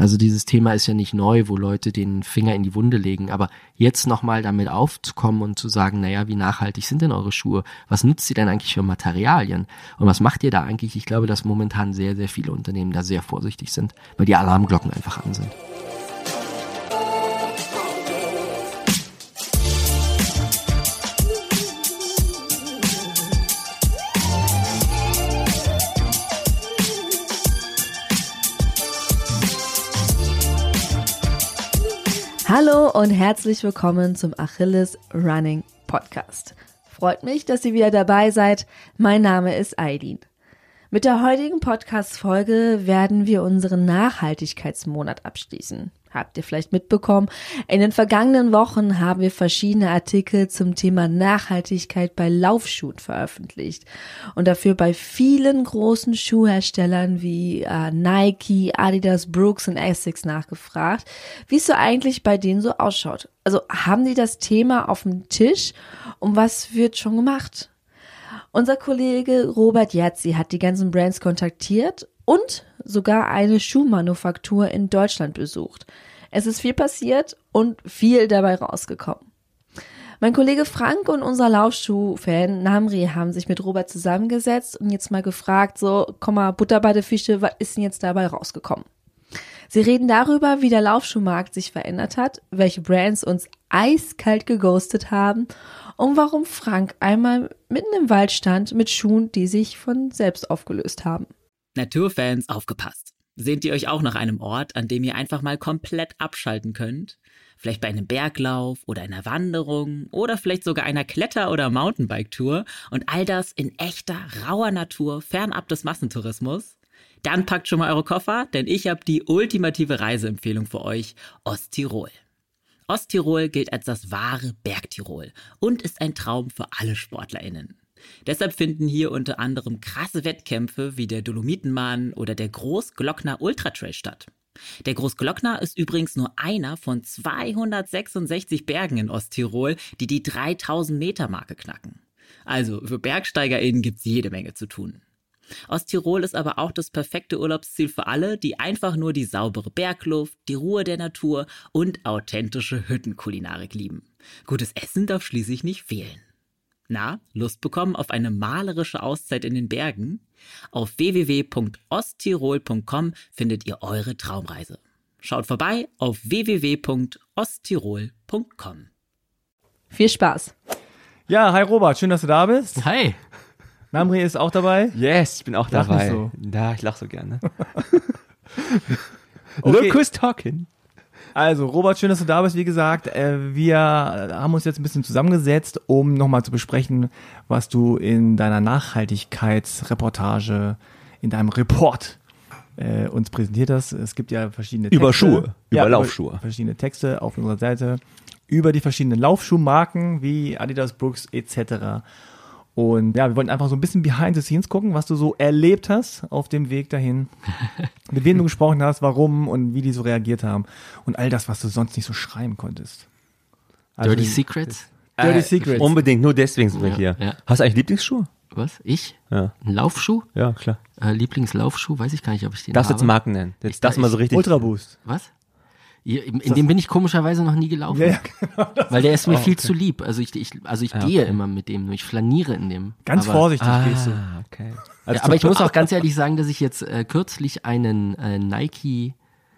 Also dieses Thema ist ja nicht neu, wo Leute den Finger in die Wunde legen, aber jetzt nochmal damit aufzukommen und zu sagen, naja, wie nachhaltig sind denn eure Schuhe? Was nutzt ihr denn eigentlich für Materialien? Und was macht ihr da eigentlich? Ich glaube, dass momentan sehr, sehr viele Unternehmen da sehr vorsichtig sind, weil die Alarmglocken einfach an sind. Hallo und herzlich willkommen zum Achilles Running Podcast. Freut mich, dass ihr wieder dabei seid. Mein Name ist Aylin. Mit der heutigen Podcast-Folge werden wir unseren Nachhaltigkeitsmonat abschließen. Habt ihr vielleicht mitbekommen? In den vergangenen Wochen haben wir verschiedene Artikel zum Thema Nachhaltigkeit bei Laufschuhen veröffentlicht und dafür bei vielen großen Schuhherstellern wie Nike, Adidas, Brooks und Asics nachgefragt, wie es so eigentlich bei denen so ausschaut. Also haben die das Thema auf dem Tisch und was wird schon gemacht? Unser Kollege Robert Jazzi hat die ganzen Brands kontaktiert und sogar eine Schuhmanufaktur in Deutschland besucht. Es ist viel passiert und viel dabei rausgekommen. Mein Kollege Frank und unser Laufschuh-Fan Namri haben sich mit Robert zusammengesetzt und jetzt mal gefragt, so, komm mal, Butter bei der Fische, was ist denn jetzt dabei rausgekommen? Sie reden darüber, wie der Laufschuhmarkt sich verändert hat, welche Brands uns eiskalt geghostet haben und warum Frank einmal mitten im Wald stand mit Schuhen, die sich von selbst aufgelöst haben. Naturfans, aufgepasst. Sehnt ihr euch auch nach einem Ort, an dem ihr einfach mal komplett abschalten könnt? Vielleicht bei einem Berglauf oder einer Wanderung oder vielleicht sogar einer Kletter- oder Mountainbike-Tour und all das in echter, rauer Natur, fernab des Massentourismus? Dann packt schon mal eure Koffer, denn ich habe die ultimative Reiseempfehlung für euch, Osttirol. Osttirol gilt als das wahre Bergtirol und ist ein Traum für alle SportlerInnen. Deshalb finden hier unter anderem krasse Wettkämpfe wie der Dolomitenmann oder der Großglockner Ultratrail statt. Der Großglockner ist übrigens nur einer von 266 Bergen in Osttirol, die die 3000-Meter-Marke knacken. Also für BergsteigerInnen gibt's jede Menge zu tun. Osttirol ist aber auch das perfekte Urlaubsziel für alle, die einfach nur die saubere Bergluft, die Ruhe der Natur und authentische Hüttenkulinarik lieben. Gutes Essen darf schließlich nicht fehlen. Na, Lust bekommen auf eine malerische Auszeit in den Bergen? Auf www.osttirol.com findet ihr eure Traumreise. Schaut vorbei auf www.osttirol.com. Viel Spaß! Ja, hi Robert, schön, dass du da bist. Hi! Namri ist auch dabei. Yes, ich bin auch Lach dabei. nicht so. Ja, ich lach so gerne. Okay. Look who's talking. Also Robert, schön, dass du da bist. Wie gesagt, wir haben uns jetzt ein bisschen zusammengesetzt, um nochmal zu besprechen, was du in deiner Nachhaltigkeitsreportage, in deinem Report uns präsentiert hast. Es gibt ja verschiedene Texte. Über Schuhe, über Laufschuhe. Über verschiedene Texte auf unserer Seite, über die verschiedenen Laufschuhmarken wie Adidas, Brooks etc. Und ja, wir wollten einfach so ein bisschen behind the scenes gucken, was du so erlebt hast auf dem Weg dahin, mit wem du gesprochen hast, warum und wie die so reagiert haben und all das, was du sonst nicht so schreiben konntest. Also, Dirty Secrets? Dirty Secrets. Unbedingt, nur deswegen sind wir Ja, hier. ja. Hast du eigentlich Lieblingsschuhe? Was? Ich? Ja. Ein Laufschuh? Ja, klar. Lieblingslaufschuh? Weiß ich gar nicht, ob ich den Darfst du habe. jetzt Marken nennen? Jetzt darfst du mal so richtig. Ultra Boost. Was? In dem bin ich komischerweise noch nie gelaufen. Ja, genau. Weil der ist mir viel zu lieb. Also ich gehe immer mit dem, ich flaniere in dem. Ganz aber, vorsichtig gehst du. Okay. Ja, aber ich muss auch ganz ehrlich sagen, dass ich jetzt kürzlich einen Nike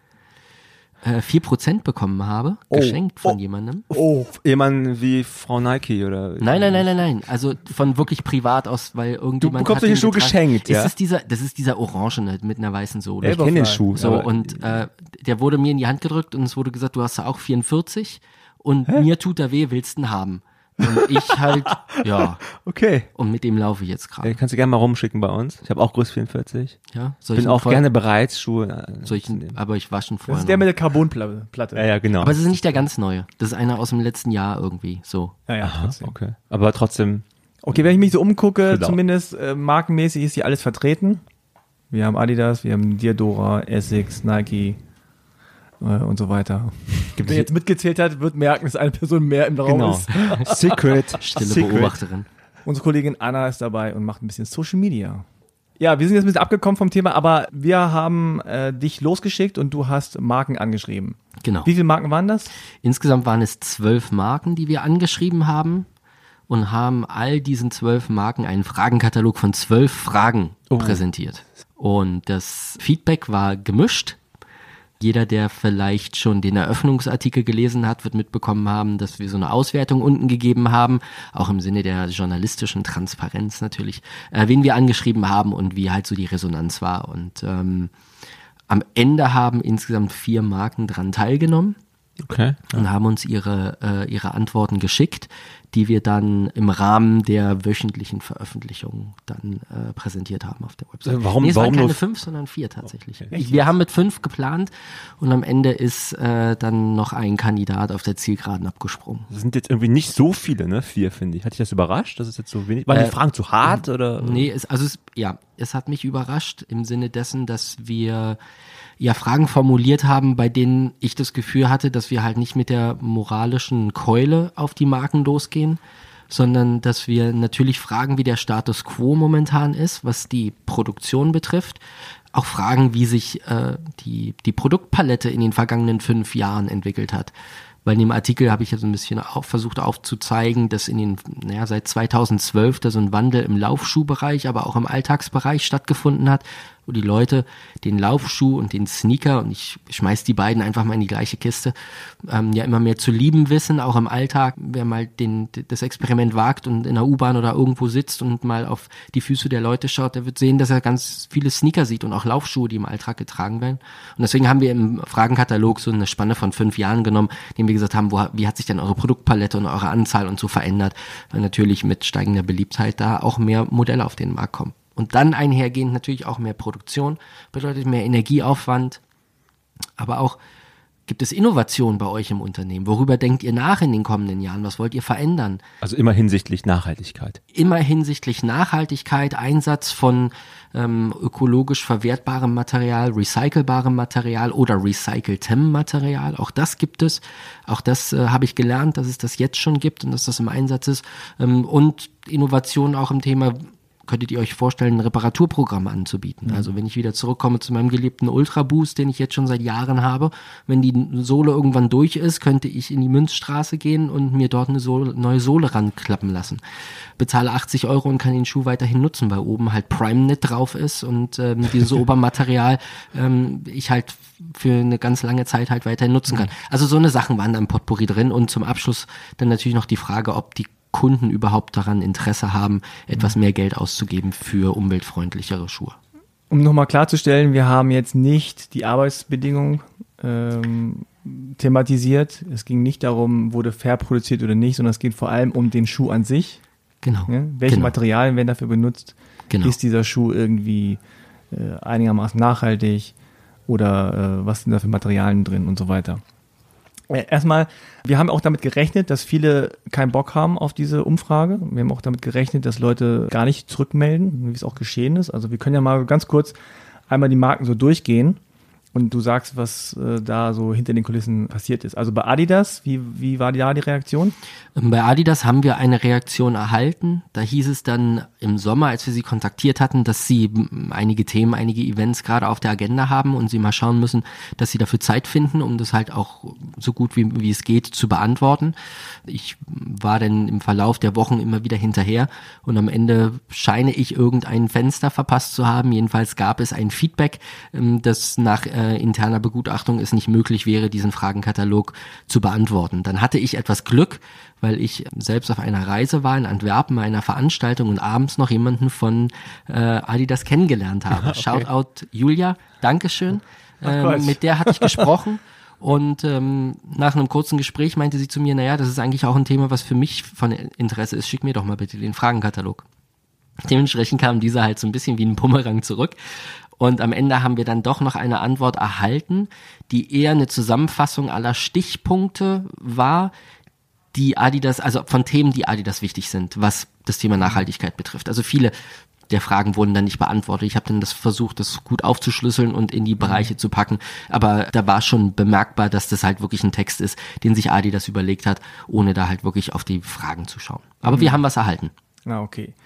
4% bekommen habe, geschenkt von jemandem. Oh, Jemand wie Frau Nike oder? Nein. Also von wirklich privat aus, weil irgendjemand Du bekommst hat den den Schuh getragen. geschenkt, ja? Das ist dieser orangene mit einer weißen Sohle. Ich kenne den Schuh. So, aber- und der wurde mir in die Hand gedrückt und es wurde gesagt, du hast ja auch 44 und mir tut er weh, willst du ihn haben? Und ich halt, ja, Okay. und mit dem laufe ich jetzt gerade. Kannst du gerne mal rumschicken bei uns. Ich habe auch Größe 44. Ja, soll Bin ich auch voll- gerne bereit, Schuhe soll ich zu nehmen. aber ich wasche ihn das vorher ist der noch. mit der Carbonplatte. Ja, genau. Aber es ist nicht der ganz neue. Das ist einer aus dem letzten Jahr irgendwie, so. Ja, trotzdem. Okay. Aber trotzdem. Okay, wenn ich mich so umgucke, Genau. zumindest markenmäßig ist hier alles vertreten. Wir haben Adidas, wir haben Diadora, Asics, Nike und so weiter. Wer jetzt mitgezählt hat, wird merken, dass eine Person mehr im Raum Genau. ist. Secret. Stille Secret. Beobachterin. Unsere Kollegin Anna ist dabei und macht ein bisschen Social Media. Ja, wir sind jetzt ein bisschen abgekommen vom Thema, aber wir haben dich losgeschickt und du hast Marken angeschrieben. Genau. Wie viele Marken waren das? Insgesamt waren es 12 Marken, die wir angeschrieben haben und haben all diesen 12 Marken einen Fragenkatalog von 12 Fragen präsentiert. Und das Feedback war gemischt. Jeder, der vielleicht schon den Eröffnungsartikel gelesen hat, wird mitbekommen haben, dass wir so eine Auswertung unten gegeben haben, auch im Sinne der journalistischen Transparenz natürlich, wen wir angeschrieben haben und wie halt so die Resonanz war. Und am Ende haben insgesamt 4 Marken dran teilgenommen. Okay. Und haben uns ihre Antworten geschickt, die wir dann im Rahmen der wöchentlichen Veröffentlichung dann präsentiert haben auf der Website. Warum es waren keine nur 5, sondern 4 tatsächlich. Okay. Wir haben mit 5 geplant und am Ende ist dann noch ein Kandidat auf der Zielgeraden abgesprungen. Das sind jetzt irgendwie nicht so viele, ne? 4, finde ich. Hat dich das überrascht, dass es jetzt so wenig? Waren die Fragen zu hart oder? Nee, es hat mich überrascht im Sinne dessen, dass wir Fragen formuliert haben, bei denen ich das Gefühl hatte, dass wir halt nicht mit der moralischen Keule auf die Marken losgehen, sondern dass wir natürlich fragen, wie der Status quo momentan ist, was die Produktion betrifft. Auch fragen, wie sich die Produktpalette in den vergangenen 5 Jahren entwickelt hat. Weil in dem Artikel habe ich ja so ein bisschen versucht aufzuzeigen, dass seit 2012 da so ein Wandel im Laufschuhbereich, aber auch im Alltagsbereich stattgefunden hat, wo die Leute den Laufschuh und den Sneaker, und ich schmeiß die beiden einfach mal in die gleiche Kiste, immer mehr zu lieben wissen, auch im Alltag. Wer mal das Experiment wagt und in der U-Bahn oder irgendwo sitzt und mal auf die Füße der Leute schaut, der wird sehen, dass er ganz viele Sneaker sieht und auch Laufschuhe, die im Alltag getragen werden. Und deswegen haben wir im Fragenkatalog so eine Spanne von 5 Jahren genommen, in dem wir gesagt haben, wie hat sich denn eure Produktpalette und eure Anzahl und so verändert, weil natürlich mit steigender Beliebtheit da auch mehr Modelle auf den Markt kommen. Und dann einhergehend natürlich auch mehr Produktion, bedeutet mehr Energieaufwand, aber auch gibt es Innovation bei euch im Unternehmen? Worüber denkt ihr nach in den kommenden Jahren? Was wollt ihr verändern? Also immer hinsichtlich Nachhaltigkeit. Immer hinsichtlich Nachhaltigkeit, Einsatz von ökologisch verwertbarem Material, recycelbarem Material oder recyceltem Material. Auch das gibt es. Auch das habe ich gelernt, dass es das jetzt schon gibt und dass das im Einsatz ist. Und Innovation auch im Thema, könntet ihr euch vorstellen, ein Reparaturprogramm anzubieten. Also wenn ich wieder zurückkomme zu meinem geliebten Ultra Boost, den ich jetzt schon seit Jahren habe, wenn die Sohle irgendwann durch ist, könnte ich in die Münzstraße gehen und mir dort eine neue Sohle ranklappen lassen. Bezahle 80 € und kann den Schuh weiterhin nutzen, weil oben halt PrimeKnit drauf ist und dieses Obermaterial ich halt für eine ganz lange Zeit halt weiterhin nutzen kann. Also so eine Sachen waren da im Potpourri drin und zum Abschluss dann natürlich noch die Frage, ob die Kunden überhaupt daran Interesse haben, etwas mehr Geld auszugeben für umweltfreundlichere Schuhe. Um nochmal klarzustellen, wir haben jetzt nicht die Arbeitsbedingungen thematisiert. Es ging nicht darum, wurde fair produziert oder nicht, sondern es geht vor allem um den Schuh an sich. Genau. Ja? Welche Materialien werden dafür benutzt? Genau. Ist dieser Schuh irgendwie einigermaßen nachhaltig oder was sind da für Materialien drin und so weiter? Erstmal, wir haben auch damit gerechnet, dass viele keinen Bock haben auf diese Umfrage. Wir haben auch damit gerechnet, dass Leute gar nicht zurückmelden, wie es auch geschehen ist. Also wir können ja mal ganz kurz einmal die Marken so durchgehen und du sagst, was da so hinter den Kulissen passiert ist. Also bei Adidas, wie war da die Reaktion? Bei Adidas haben wir eine Reaktion erhalten. Da hieß es dann im Sommer, als wir sie kontaktiert hatten, dass sie einige Themen, einige Events gerade auf der Agenda haben und sie mal schauen müssen, dass sie dafür Zeit finden, um das halt auch so gut wie es geht zu beantworten. Ich war dann im Verlauf der Wochen immer wieder hinterher und am Ende scheine ich irgendein Fenster verpasst zu haben. Jedenfalls gab es ein Feedback, das nach interner Begutachtung es nicht möglich wäre, diesen Fragenkatalog zu beantworten. Dann hatte ich etwas Glück, weil ich selbst auf einer Reise war in Antwerpen, einer Veranstaltung und abends noch jemanden von Adidas kennengelernt habe. Okay. Shoutout Julia, Dankeschön. Mit der hatte ich gesprochen. Und nach einem kurzen Gespräch meinte sie zu mir, naja, das ist eigentlich auch ein Thema, was für mich von Interesse ist. Schick mir doch mal bitte den Fragenkatalog. Dementsprechend kam dieser halt so ein bisschen wie ein Bumerang zurück. Und am Ende haben wir dann doch noch eine Antwort erhalten, die eher eine Zusammenfassung aller Stichpunkte war, die Adidas, also von Themen, die Adidas wichtig sind, was das Thema Nachhaltigkeit betrifft. Also viele der Fragen wurden dann nicht beantwortet. Ich habe dann versucht, das gut aufzuschlüsseln und in die Bereiche zu packen. Aber da war schon bemerkbar, dass das halt wirklich ein Text ist, den sich Adidas überlegt hat, ohne da halt wirklich auf die Fragen zu schauen. Aber wir haben was erhalten. Ah, okay.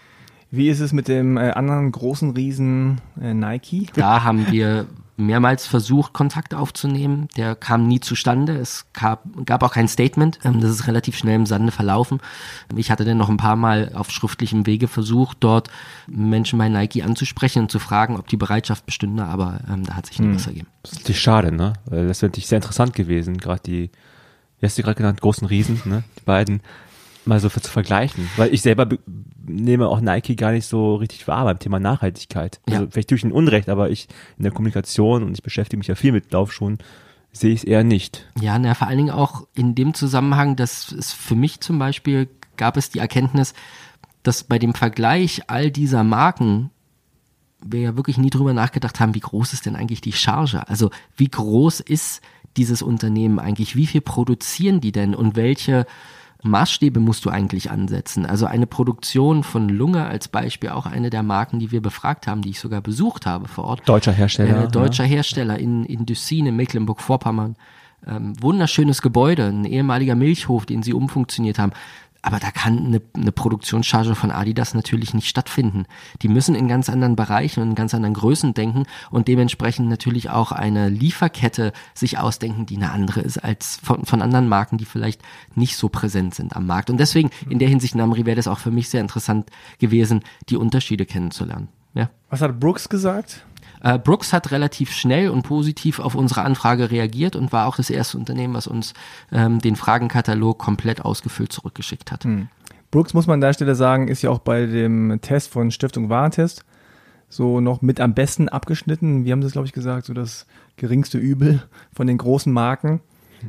Wie ist es mit dem anderen großen Riesen Nike? Da haben wir mehrmals versucht, Kontakt aufzunehmen. Der kam nie zustande. Es gab auch kein Statement. Das ist relativ schnell im Sande verlaufen. Ich hatte dann noch ein paar Mal auf schriftlichem Wege versucht, dort Menschen bei Nike anzusprechen und zu fragen, ob die Bereitschaft bestünde, aber da hat sich nie was ergeben. Das ist natürlich schade, ne? Weil das wäre natürlich sehr interessant gewesen, gerade wie hast du gerade genannt, großen Riesen, ne? Die beiden mal so zu vergleichen. Weil ich selber nehme auch Nike gar nicht so richtig wahr beim Thema Nachhaltigkeit. Also vielleicht tue ich ein Unrecht, aber ich in der Kommunikation und ich beschäftige mich ja viel mit Laufschuhen, sehe ich es eher nicht. Ja, vor allen Dingen auch in dem Zusammenhang, dass es für mich zum Beispiel gab es die Erkenntnis, dass bei dem Vergleich all dieser Marken wir ja wirklich nie drüber nachgedacht haben, wie groß ist denn eigentlich die Charge? Also wie groß ist dieses Unternehmen eigentlich? Wie viel produzieren die denn und welche Maßstäbe musst du eigentlich ansetzen? Also eine Produktion von Lunge als Beispiel, auch eine der Marken, die wir befragt haben, die ich sogar besucht habe vor Ort. Deutscher Hersteller. Hersteller in Düssin, in Mecklenburg-Vorpommern. Wunderschönes Gebäude, ein ehemaliger Milchhof, den sie umfunktioniert haben. Aber da kann eine Produktionscharge von Adidas natürlich nicht stattfinden. Die müssen in ganz anderen Bereichen und in ganz anderen Größen denken und dementsprechend natürlich auch eine Lieferkette sich ausdenken, die eine andere ist als von anderen Marken, die vielleicht nicht so präsent sind am Markt. Und deswegen in der Hinsicht, Namri, wäre das auch für mich sehr interessant gewesen, die Unterschiede kennenzulernen. Ja. Was hat Brooks gesagt? Brooks hat relativ schnell und positiv auf unsere Anfrage reagiert und war auch das erste Unternehmen, was uns den Fragenkatalog komplett ausgefüllt zurückgeschickt hat. Brooks, muss man an der Stelle sagen, ist ja auch bei dem Test von Stiftung Warentest so noch mit am besten abgeschnitten. Wir haben das, glaube ich, gesagt, so das geringste Übel von den großen Marken.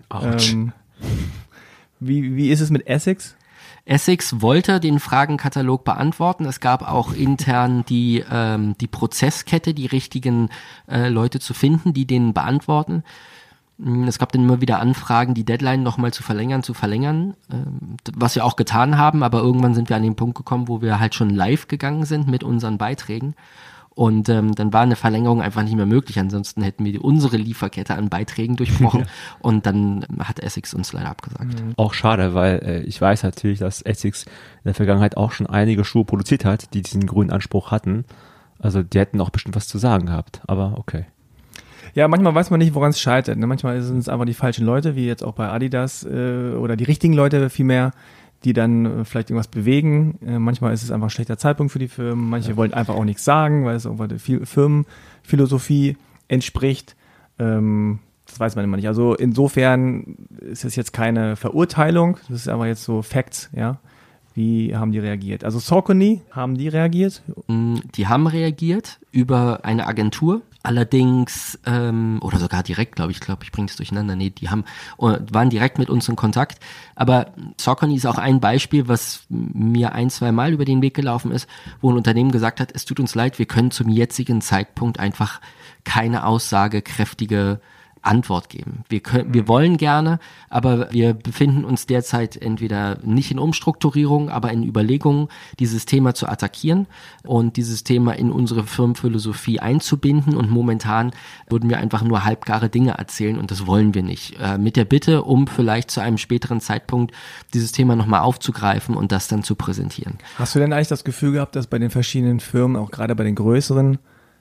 Wie ist es mit Essex? Essex wollte den Fragenkatalog beantworten. Es gab auch intern die Prozesskette, die richtigen Leute zu finden, die den beantworten. Es gab dann immer wieder Anfragen, die Deadline nochmal zu verlängern, was wir auch getan haben, aber irgendwann sind wir an den Punkt gekommen, wo wir halt schon live gegangen sind mit unseren Beiträgen. Und dann war eine Verlängerung einfach nicht mehr möglich. Ansonsten hätten wir unsere Lieferkette an Beiträgen durchbrochen. Und dann hat Essex uns leider abgesagt. Auch schade, weil ich weiß natürlich, dass Essex in der Vergangenheit auch schon einige Schuhe produziert hat, die diesen grünen Anspruch hatten. Also die hätten auch bestimmt was zu sagen gehabt. Aber okay. Ja, manchmal weiß man nicht, woran es scheitert. Ne? Manchmal sind es einfach die falschen Leute, wie jetzt auch bei Adidas oder die richtigen Leute vielmehr, die dann vielleicht irgendwas bewegen. Manchmal ist es einfach ein schlechter Zeitpunkt für die Firmen. Manche wollen einfach auch nichts sagen, weil es irgendwann der Firmenphilosophie entspricht. Das weiß man immer nicht. Also insofern ist es jetzt keine Verurteilung. Das ist aber jetzt so Facts, ja. Wie haben die reagiert? Also Saucony, haben die reagiert? Die haben reagiert über eine Agentur. Allerdings, oder sogar direkt, glaube ich, bringe das durcheinander. Nee, die waren direkt mit uns in Kontakt. Aber Saucony ist auch ein Beispiel, was mir 1-2 Mal über den Weg gelaufen ist, wo ein Unternehmen gesagt hat, es tut uns leid, wir können zum jetzigen Zeitpunkt einfach keine aussagekräftige Antwort geben. Wir wollen gerne, aber wir befinden uns derzeit entweder nicht in Umstrukturierung, aber in Überlegungen, dieses Thema zu attackieren und dieses Thema in unsere Firmenphilosophie einzubinden, und momentan würden wir einfach nur halbgare Dinge erzählen und das wollen wir nicht. Mit der Bitte, um vielleicht zu einem späteren Zeitpunkt dieses Thema nochmal aufzugreifen und das dann zu präsentieren. Hast du denn eigentlich das Gefühl gehabt, dass bei den verschiedenen Firmen, auch gerade bei den größeren,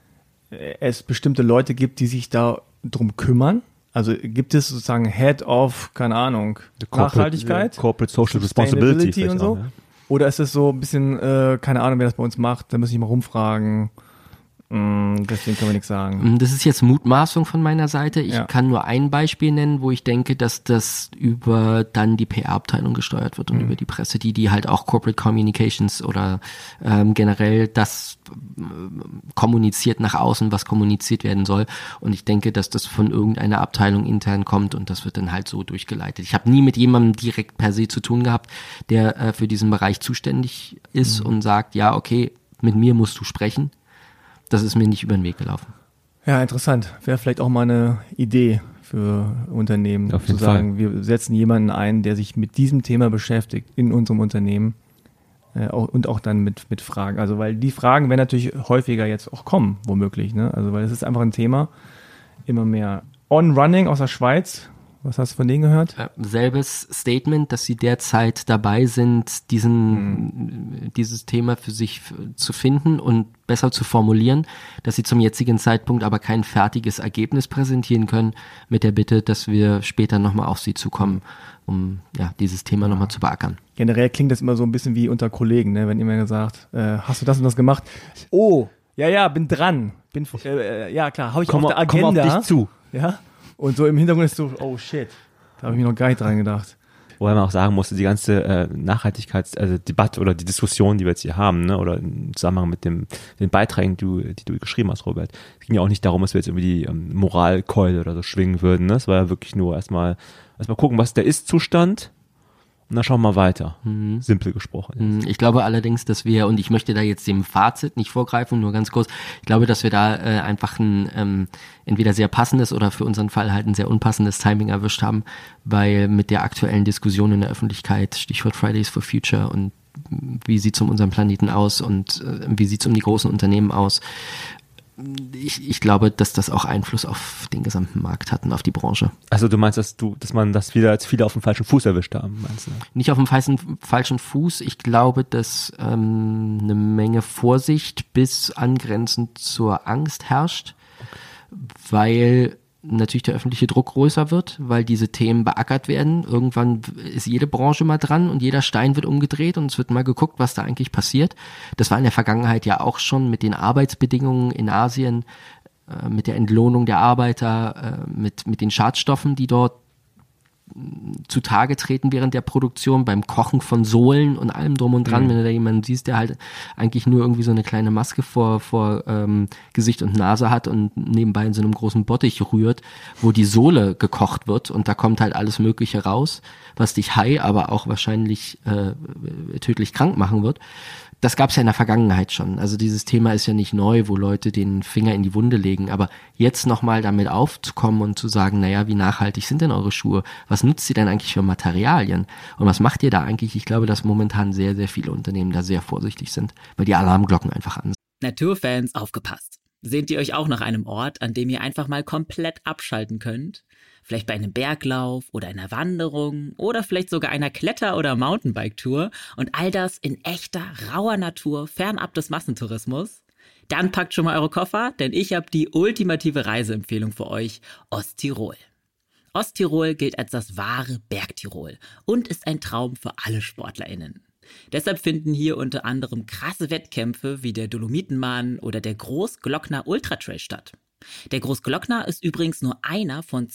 es bestimmte Leute gibt, die sich da drum kümmern? Also gibt es sozusagen Head of, keine Ahnung, Nachhaltigkeit? Corporate Social Responsibility und so? Auch, ja. Oder ist es so ein bisschen, keine Ahnung, wer das bei uns macht, da muss ich mal rumfragen. Deswegen können wir nichts sagen. Das ist jetzt Mutmaßung von meiner Seite. Ich kann nur ein Beispiel nennen, wo ich denke, dass das über dann die PR-Abteilung gesteuert wird und über die Presse, die halt auch Corporate Communications oder generell das kommuniziert nach außen, was kommuniziert werden soll. Und ich denke, dass das von irgendeiner Abteilung intern kommt und das wird dann halt so durchgeleitet. Ich habe nie mit jemandem direkt per se zu tun gehabt, der für diesen Bereich zuständig ist und sagt, ja, okay, mit mir musst du sprechen. Das ist mir nicht über den Weg gelaufen. Ja, interessant. Wäre vielleicht auch mal eine Idee für Unternehmen, auf zu jeden sagen, Fall. wir setzen jemanden ein, der sich mit diesem Thema beschäftigt in unserem Unternehmen und auch dann mit Fragen. Also weil die Fragen werden natürlich häufiger jetzt auch kommen, womöglich. Ne? Also weil es ist einfach ein Thema, immer mehr On Running aus der Schweiz, Was hast du von denen gehört? Selbes Statement, dass sie derzeit dabei sind, dieses Thema für sich zu finden und besser zu formulieren, dass sie zum jetzigen Zeitpunkt aber kein fertiges Ergebnis präsentieren können, mit der Bitte, dass wir später nochmal auf sie zukommen, um dieses Thema nochmal zu beackern. Generell klingt das immer so ein bisschen wie unter Kollegen, ne? Wenn jemand sagt, hast du das und das gemacht? Oh, ja, bin dran. Ja klar, habe ich auf der Agenda. Komm auf dich zu. Ja, und so im Hintergrund ist so, oh shit, da habe ich mir noch gar nicht dran gedacht. Wobei man auch sagen musste, die ganze Nachhaltigkeitsdebatte oder die Diskussion, die wir jetzt hier haben, ne, oder im Zusammenhang mit den Beiträgen, die du geschrieben hast, Robert, es ging ja auch nicht darum, dass wir jetzt irgendwie die Moralkeule oder so schwingen würden. Ne? Es war ja wirklich nur erstmal gucken, was der Ist-Zustand. Und dann schauen wir mal weiter, simpel gesprochen. Ich glaube allerdings, dass wir, und ich möchte da jetzt dem Fazit nicht vorgreifen, nur ganz kurz, ich glaube, dass wir da einfach ein entweder sehr passendes oder für unseren Fall halt ein sehr unpassendes Timing erwischt haben, weil mit der aktuellen Diskussion in der Öffentlichkeit, Stichwort Fridays for Future und wie sieht's um unseren Planeten aus und wie sieht's um die großen Unternehmen aus, ich glaube, dass das auch Einfluss auf den gesamten Markt hat und auf die Branche. Also du meinst, dass viele auf dem falschen Fuß erwischt haben, meinst du? Nicht auf dem falschen Fuß. Ich glaube, dass eine Menge Vorsicht bis angrenzend zur Angst herrscht, weil natürlich der öffentliche Druck größer wird, weil diese Themen beackert werden. Irgendwann ist jede Branche mal dran und jeder Stein wird umgedreht und es wird mal geguckt, was da eigentlich passiert. Das war in der Vergangenheit ja auch schon mit den Arbeitsbedingungen in Asien, mit der Entlohnung der Arbeiter, mit den Schadstoffen, die dort zutage treten während der Produktion, beim Kochen von Sohlen und allem drum und dran, wenn du da jemanden siehst, der halt eigentlich nur irgendwie so eine kleine Maske vor Gesicht und Nase hat und nebenbei in so einem großen Bottich rührt, wo die Sohle gekocht wird und da kommt halt alles Mögliche raus, was dich high, aber auch wahrscheinlich tödlich krank machen wird. Das gab es ja in der Vergangenheit schon. Also dieses Thema ist ja nicht neu, wo Leute den Finger in die Wunde legen. Aber jetzt nochmal damit aufzukommen und zu sagen, naja, wie nachhaltig sind denn eure Schuhe? Was nutzt ihr denn eigentlich für Materialien? Und was macht ihr da eigentlich? Ich glaube, dass momentan sehr, sehr viele Unternehmen da sehr vorsichtig sind, weil die Alarmglocken einfach an sind. Naturfans, aufgepasst. Sehnt ihr euch auch nach einem Ort, an dem ihr einfach mal komplett abschalten könnt? Vielleicht bei einem Berglauf oder einer Wanderung oder vielleicht sogar einer Kletter- oder Mountainbike-Tour und all das in echter, rauer Natur, fernab des Massentourismus? Dann packt schon mal eure Koffer, denn ich habe die ultimative Reiseempfehlung für euch, Osttirol. Osttirol gilt als das wahre Bergtirol und ist ein Traum für alle SportlerInnen. Deshalb finden hier unter anderem krasse Wettkämpfe wie der Dolomitenmann oder der Großglockner Ultratrail statt. Der Großglockner ist übrigens nur einer von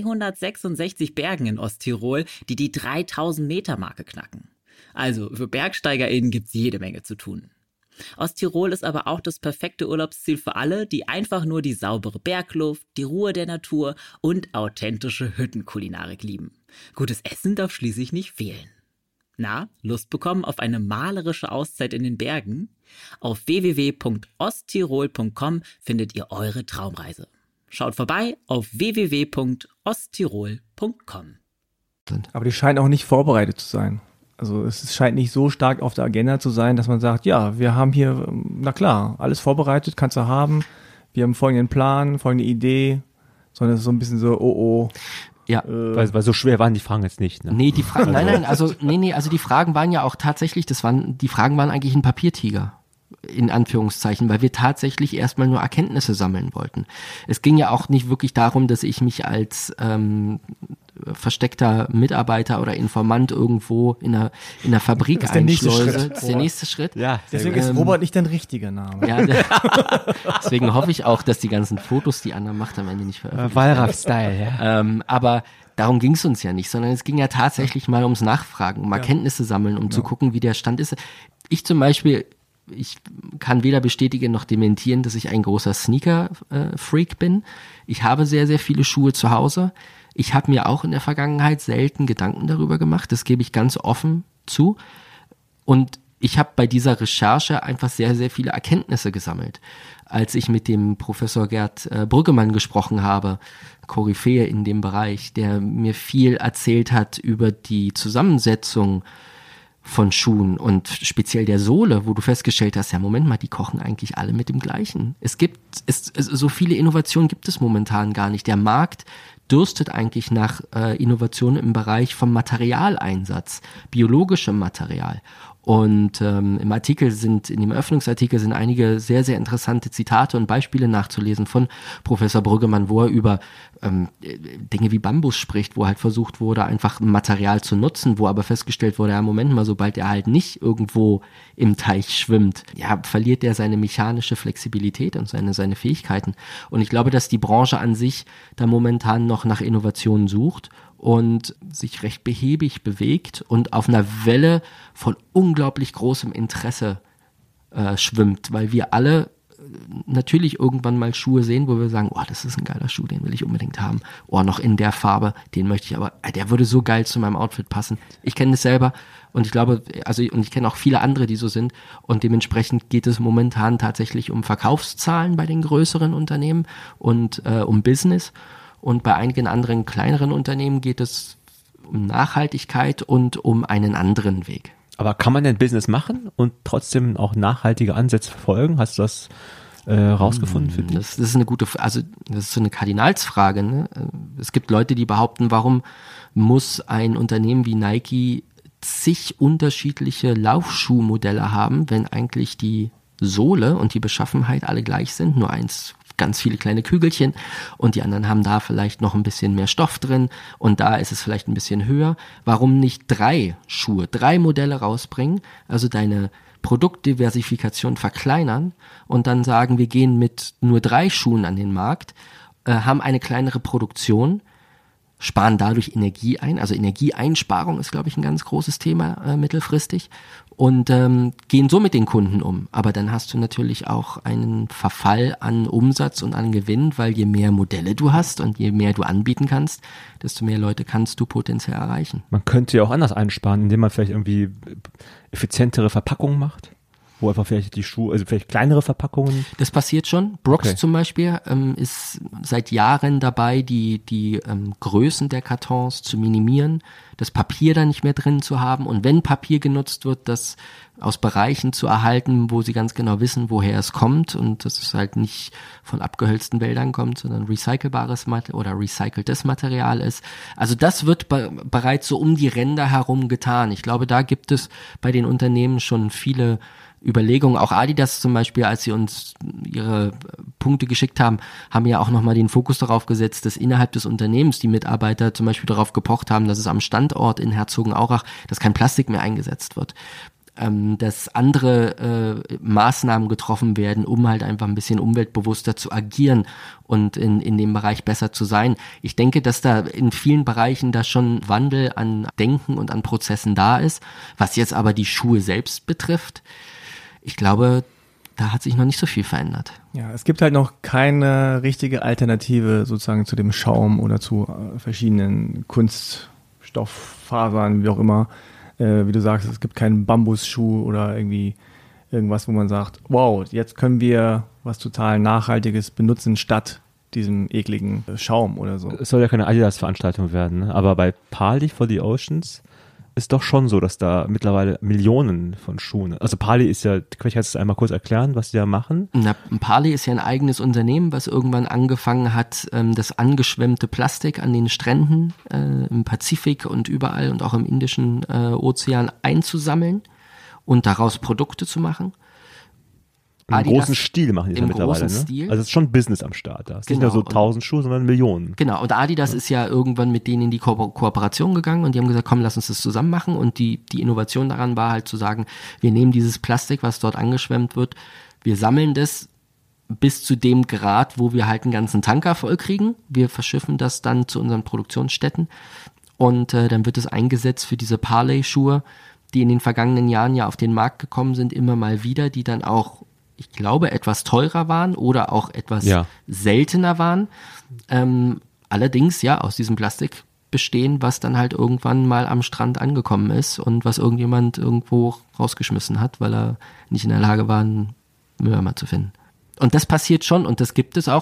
266 Bergen in Osttirol, die 3000 Meter Marke knacken. Also für BergsteigerInnen gibt's jede Menge zu tun. Osttirol ist aber auch das perfekte Urlaubsziel für alle, die einfach nur die saubere Bergluft, die Ruhe der Natur und authentische Hüttenkulinarik lieben. Gutes Essen darf schließlich nicht fehlen. Na, Lust bekommen auf eine malerische Auszeit in den Bergen? Auf www.osttirol.com findet ihr eure Traumreise. Schaut vorbei auf www.osttirol.com. Aber die scheinen auch nicht vorbereitet zu sein. Also es scheint nicht so stark auf der Agenda zu sein, dass man sagt, ja, wir haben hier, na klar, alles vorbereitet, kannst du haben. Wir haben folgenden Plan, folgende Idee, sondern es ist so ein bisschen so, Ja. Weil so schwer waren die Fragen jetzt nicht. Ne? Nee, die Fragen, also die Fragen waren ja auch tatsächlich, die Fragen waren eigentlich ein Papiertiger, in Anführungszeichen, weil wir tatsächlich erstmal nur Erkenntnisse sammeln wollten. Es ging ja auch nicht wirklich darum, dass ich mich als versteckter Mitarbeiter oder Informant irgendwo in einer Fabrik einschleuse. Das ist der nächste Schritt. Ja, deswegen ist Robert nicht dein richtiger Name. Ja, deswegen hoffe ich auch, dass die ganzen Fotos, die Anna macht, am Ende nicht veröffentlicht Wallraff-Style, ja. Aber darum ging es uns ja nicht, sondern es ging ja tatsächlich mal ums Nachfragen, um Erkenntnisse sammeln, um zu gucken, wie der Stand ist. Ich zum Beispiel, ich kann weder bestätigen noch dementieren, dass ich ein großer Sneaker-Freak bin. Ich habe sehr, sehr viele Schuhe zu Hause. Ich habe mir auch in der Vergangenheit selten Gedanken darüber gemacht, das gebe ich ganz offen zu. Und ich habe bei dieser Recherche einfach sehr, sehr viele Erkenntnisse gesammelt. Als ich mit dem Professor Gerd Brüggemann gesprochen habe, Koryphäe in dem Bereich, der mir viel erzählt hat über die Zusammensetzung von Schuhen und speziell der Sohle, wo du festgestellt hast, ja Moment mal, die kochen eigentlich alle mit dem Gleichen. So viele Innovationen gibt es momentan gar nicht. Der Markt dürstet eigentlich nach Innovationen im Bereich vom Materialeinsatz, biologischem Material. Und in dem Eröffnungsartikel sind einige sehr, sehr interessante Zitate und Beispiele nachzulesen von Professor Brüggemann, wo er über Dinge wie Bambus spricht, wo halt versucht wurde, einfach ein Material zu nutzen, wo aber festgestellt wurde, ja, Moment mal, sobald er halt nicht irgendwo im Teich schwimmt, ja, verliert er seine mechanische Flexibilität und seine Fähigkeiten. Und ich glaube, dass die Branche an sich da momentan noch nach Innovationen sucht und sich recht behäbig bewegt und auf einer Welle von unglaublich großem Interesse schwimmt, weil wir alle natürlich irgendwann mal Schuhe sehen, wo wir sagen, oh, das ist ein geiler Schuh, den will ich unbedingt haben. Oh, noch in der Farbe, den möchte ich aber, der würde so geil zu meinem Outfit passen. Ich kenne das selber und ich glaube, und ich kenne auch viele andere, die so sind und dementsprechend geht es momentan tatsächlich um Verkaufszahlen bei den größeren Unternehmen und um Business. Und bei einigen anderen kleineren Unternehmen geht es um Nachhaltigkeit und um einen anderen Weg. Aber kann man denn Business machen und trotzdem auch nachhaltige Ansätze verfolgen? Hast du das rausgefunden für dich? Das ist eine gute, also das ist so eine Kardinalsfrage. Ne? Es gibt Leute, die behaupten, warum muss ein Unternehmen wie Nike zig unterschiedliche Laufschuhmodelle haben, wenn eigentlich die Sohle und die Beschaffenheit alle gleich sind, nur eins ganz viele kleine Kügelchen und die anderen haben da vielleicht noch ein bisschen mehr Stoff drin und da ist es vielleicht ein bisschen höher. Warum nicht 3 Modelle rausbringen, also deine Produktdiversifikation verkleinern und dann sagen, wir gehen mit nur 3 Schuhen an den Markt, haben eine kleinere Produktion, sparen dadurch Energie ein, also Energieeinsparung ist, glaube ich, ein ganz großes Thema mittelfristig und gehen so mit den Kunden um. Aber dann hast du natürlich auch einen Verfall an Umsatz und an Gewinn, weil je mehr Modelle du hast und je mehr du anbieten kannst, desto mehr Leute kannst du potenziell erreichen. Man könnte ja auch anders einsparen, indem man vielleicht irgendwie effizientere Verpackungen macht. Wo einfach vielleicht die Schuhe, also vielleicht kleinere Verpackungen. Das passiert schon. Brooks zum Beispiel ist seit Jahren dabei, die Größen der Kartons zu minimieren, das Papier da nicht mehr drin zu haben und wenn Papier genutzt wird, das aus Bereichen zu erhalten, wo sie ganz genau wissen, woher es kommt und dass es halt nicht von abgehölzten Wäldern kommt, sondern recycelbares oder recyceltes Material ist. Also das wird bereits so um die Ränder herum getan. Ich glaube, da gibt es bei den Unternehmen schon viele Überlegungen. Auch Adidas zum Beispiel, als sie uns ihre Punkte geschickt haben ja auch nochmal den Fokus darauf gesetzt, dass innerhalb des Unternehmens die Mitarbeiter zum Beispiel darauf gepocht haben, dass es am Standort in Herzogenaurach, dass kein Plastik mehr eingesetzt wird. Dass andere Maßnahmen getroffen werden, um halt einfach ein bisschen umweltbewusster zu agieren und in dem Bereich besser zu sein. Ich denke, dass da in vielen Bereichen da schon Wandel an Denken und an Prozessen da ist. Was jetzt aber die Schuhe selbst betrifft, ich glaube, da hat sich noch nicht so viel verändert. Ja, es gibt halt noch keine richtige Alternative sozusagen zu dem Schaum oder zu verschiedenen Kunststofffasern, wie auch immer. Wie du sagst, es gibt keinen Bambusschuh oder irgendwie irgendwas, wo man sagt, wow, jetzt können wir was total Nachhaltiges benutzen statt diesem ekligen Schaum oder so. Es soll ja keine Adidas-Veranstaltung werden, ne? Aber bei Parley for the Oceans ist doch schon so, dass da mittlerweile Millionen von Schuhen, also Parley ist ja, vielleicht kannst du es einmal kurz erklären, was die da machen? Na, Parley ist ja ein eigenes Unternehmen, was irgendwann angefangen hat, das angeschwemmte Plastik an den Stränden im Pazifik und überall und auch im Indischen Ozean einzusammeln und daraus Produkte zu machen. Im großen Stil machen die das mittlerweile, ne? Stil. Also es ist schon Business am Start da. Es sind nicht nur so 1000 Schuhe, sondern Millionen. Genau, und Adidas ist ja irgendwann mit denen in die Kooperation gegangen und die haben gesagt, komm, lass uns das zusammen machen und die Innovation daran war halt zu sagen, wir nehmen dieses Plastik, was dort angeschwemmt wird, wir sammeln das bis zu dem Grad, wo wir halt einen ganzen Tanker voll kriegen, wir verschiffen das dann zu unseren Produktionsstätten und dann wird es eingesetzt für diese Parley-Schuhe, die in den vergangenen Jahren ja auf den Markt gekommen sind, immer mal wieder, die dann auch, ich glaube, etwas teurer waren oder auch etwas seltener waren. Allerdings ja aus diesem Plastik bestehen, was dann halt irgendwann mal am Strand angekommen ist und was irgendjemand irgendwo rausgeschmissen hat, weil er nicht in der Lage war, einen Mülleimer zu finden. Und das passiert schon und das gibt es auch.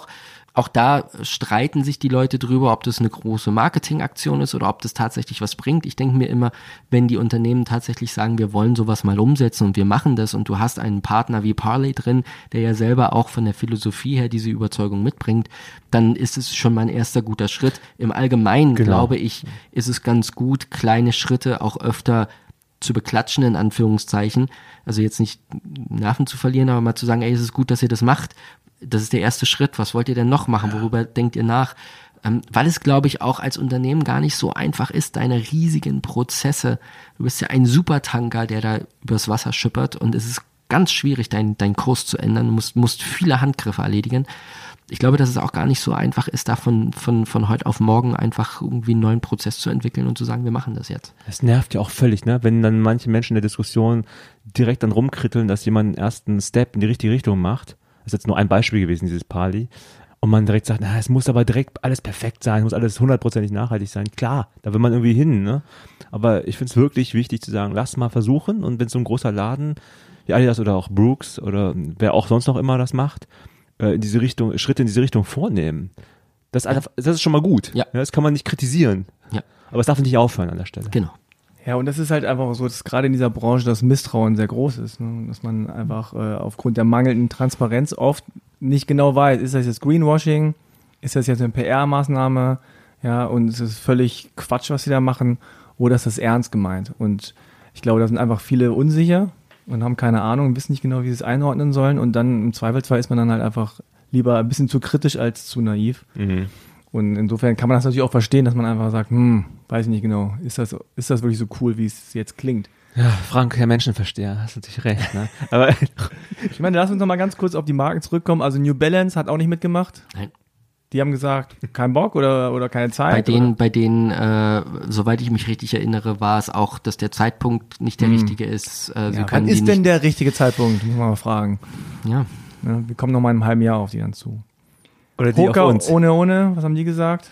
Auch da streiten sich die Leute drüber, ob das eine große Marketingaktion ist oder ob das tatsächlich was bringt. Ich denke mir immer, wenn die Unternehmen tatsächlich sagen, wir wollen sowas mal umsetzen und wir machen das und du hast einen Partner wie Parley drin, der ja selber auch von der Philosophie her diese Überzeugung mitbringt, dann ist es schon mal ein erster guter Schritt. Im Allgemeinen, glaube ich, ist es ganz gut, kleine Schritte auch öfter zu beklatschen, in Anführungszeichen. Also jetzt nicht Nerven zu verlieren, aber mal zu sagen, ey, es ist gut, dass ihr das macht. Das ist der erste Schritt. Was wollt ihr denn noch machen? Worüber denkt ihr nach? Weil es, glaube ich, auch als Unternehmen gar nicht so einfach ist, deine riesigen Prozesse. Du bist ja ein Supertanker, der da übers Wasser schippert und es ist ganz schwierig, deinen Kurs zu ändern. Du musst viele Handgriffe erledigen. Ich glaube, dass es auch gar nicht so einfach ist, da von heute auf morgen einfach irgendwie einen neuen Prozess zu entwickeln und zu sagen, wir machen das jetzt. Das nervt ja auch völlig, ne? Wenn dann manche Menschen in der Diskussion direkt dann rumkritteln, dass jemand einen ersten Step in die richtige Richtung macht. Das ist jetzt nur ein Beispiel gewesen, dieses Parley. Und man direkt sagt, es muss aber direkt alles perfekt sein, muss alles 100% nachhaltig sein. Klar, da will man irgendwie hin, ne? Aber ich finde es wirklich wichtig zu sagen, lass mal versuchen. Und wenn so ein großer Laden, wie Adidas oder auch Brooks oder wer auch sonst noch immer das macht, in diese Richtung, Schritte in diese Richtung vornehmen. Das ist schon mal gut. Ja. Das kann man nicht kritisieren. Ja. Aber es darf nicht aufhören an der Stelle. Genau. Ja, und das ist halt einfach so, dass gerade in dieser Branche das Misstrauen sehr groß ist, ne? Dass man einfach aufgrund der mangelnden Transparenz oft nicht genau weiß, ist das jetzt Greenwashing, ist das jetzt eine PR-Maßnahme, ja, und es ist völlig Quatsch, was sie da machen, oder ist das ernst gemeint? Und ich glaube, da sind einfach viele unsicher und haben keine Ahnung, wissen nicht genau, wie sie es einordnen sollen und dann im Zweifelsfall ist man dann halt einfach lieber ein bisschen zu kritisch als zu naiv. Mhm. Und insofern kann man das natürlich auch verstehen, dass man einfach sagt, weiß ich nicht genau, ist das wirklich so cool, wie es jetzt klingt? Ja, Frank, der Menschenversteher, hast natürlich recht, ne? Aber ich meine, lass uns noch mal ganz kurz auf die Marken zurückkommen. Also New Balance hat auch nicht mitgemacht. Nein. Die haben gesagt, kein Bock oder keine Zeit. Bei denen, soweit ich mich richtig erinnere, war es auch, dass der Zeitpunkt nicht der richtige ist. Wann ist denn der richtige Zeitpunkt? Muss man mal fragen. Ja. Ja, wir kommen noch mal in einem halben Jahr auf die dann zu. oder die Hoka auf uns. ohne, was haben die gesagt?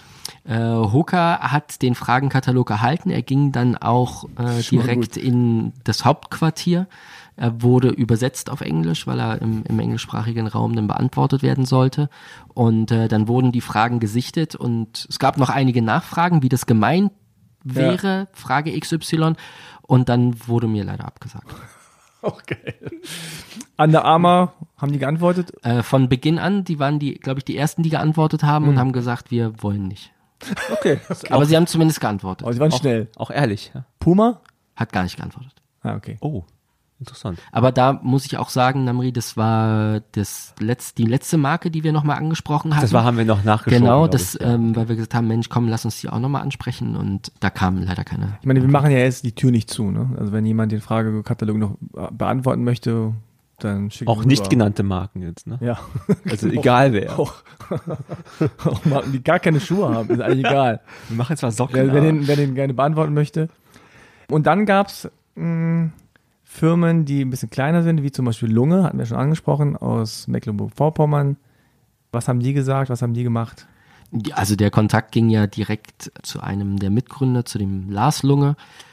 Hoka hat den Fragenkatalog erhalten. Er ging dann auch direkt in das Hauptquartier. Er wurde übersetzt auf Englisch, weil er im englischsprachigen Raum dann beantwortet werden sollte. Und dann wurden die Fragen gesichtet und es gab noch einige Nachfragen, wie das gemeint wäre, Frage XY. Und dann wurde mir leider abgesagt. Okay. Under Armour, haben die geantwortet? Von Beginn an, die waren glaube ich, die ersten, die geantwortet haben und haben gesagt, wir wollen nicht. Okay. Aber sie haben zumindest geantwortet. Aber sie waren schnell. Auch ehrlich, ja. Puma? Hat gar nicht geantwortet. Ah, okay. Oh, interessant. Aber da muss ich auch sagen, Namri, das war die letzte Marke, die wir nochmal angesprochen hatten. Haben wir noch nachgeschoben. Genau, glaub das, ich, ja. weil wir gesagt haben, Mensch, komm, lass uns die auch nochmal ansprechen und da kam leider keine. Ich meine, wir machen ja jetzt die Tür nicht zu, ne? Also wenn jemand den Fragekatalog noch beantworten möchte, dann schickt Auch nicht genannte Marken jetzt, ne? Ja. Also egal wer. Auch Marken, die gar keine Schuhe haben, ist eigentlich egal. Wir machen zwar Socken. Wer den gerne beantworten möchte. Und dann gab's Firmen, die ein bisschen kleiner sind, wie zum Beispiel Lunge, hatten wir schon angesprochen, aus Mecklenburg-Vorpommern. Was haben die gesagt? Was haben die gemacht? Also der Kontakt ging ja direkt zu einem der Mitgründer, zu dem Lars Lunge.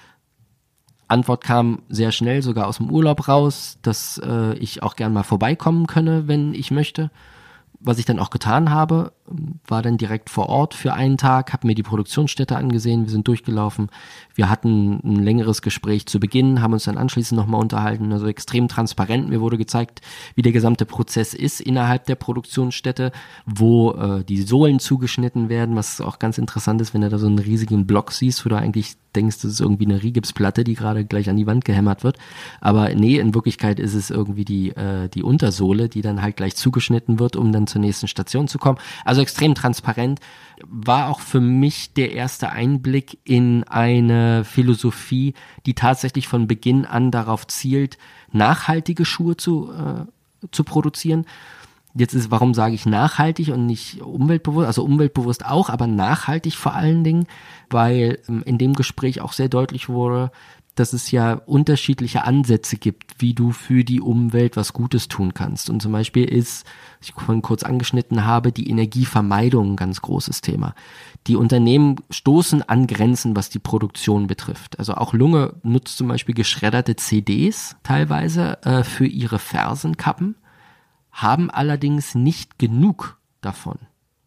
Antwort kam sehr schnell, sogar aus dem Urlaub raus, dass ich auch gern mal vorbeikommen könne, wenn ich möchte. Was ich dann auch getan habe, war dann direkt vor Ort für einen Tag, habe mir die Produktionsstätte angesehen, wir sind durchgelaufen, wir hatten ein längeres Gespräch zu Beginn, haben uns dann anschließend nochmal unterhalten, also extrem transparent, mir wurde gezeigt, wie der gesamte Prozess ist innerhalb der Produktionsstätte, wo die Sohlen zugeschnitten werden, was auch ganz interessant ist, wenn du da so einen riesigen Block siehst, wo du eigentlich denkst, das ist irgendwie eine Rigipsplatte, die gerade gleich an die Wand gehämmert wird, aber nee, in Wirklichkeit ist es irgendwie die Untersohle, die dann halt gleich zugeschnitten wird, um dann zur nächsten Station zu kommen, also extrem transparent, war auch für mich der erste Einblick in eine Philosophie, die tatsächlich von Beginn an darauf zielt, nachhaltige Schuhe zu produzieren. Jetzt warum sage ich nachhaltig und nicht umweltbewusst, also umweltbewusst auch, aber nachhaltig vor allen Dingen, weil in dem Gespräch auch sehr deutlich wurde, dass es ja unterschiedliche Ansätze gibt, wie du für die Umwelt was Gutes tun kannst. Und zum Beispiel ist, was ich vorhin kurz angeschnitten habe, die Energievermeidung ein ganz großes Thema. Die Unternehmen stoßen an Grenzen, was die Produktion betrifft. Also auch Lunge nutzt zum Beispiel geschredderte CDs teilweise für ihre Fersenkappen, haben allerdings nicht genug davon.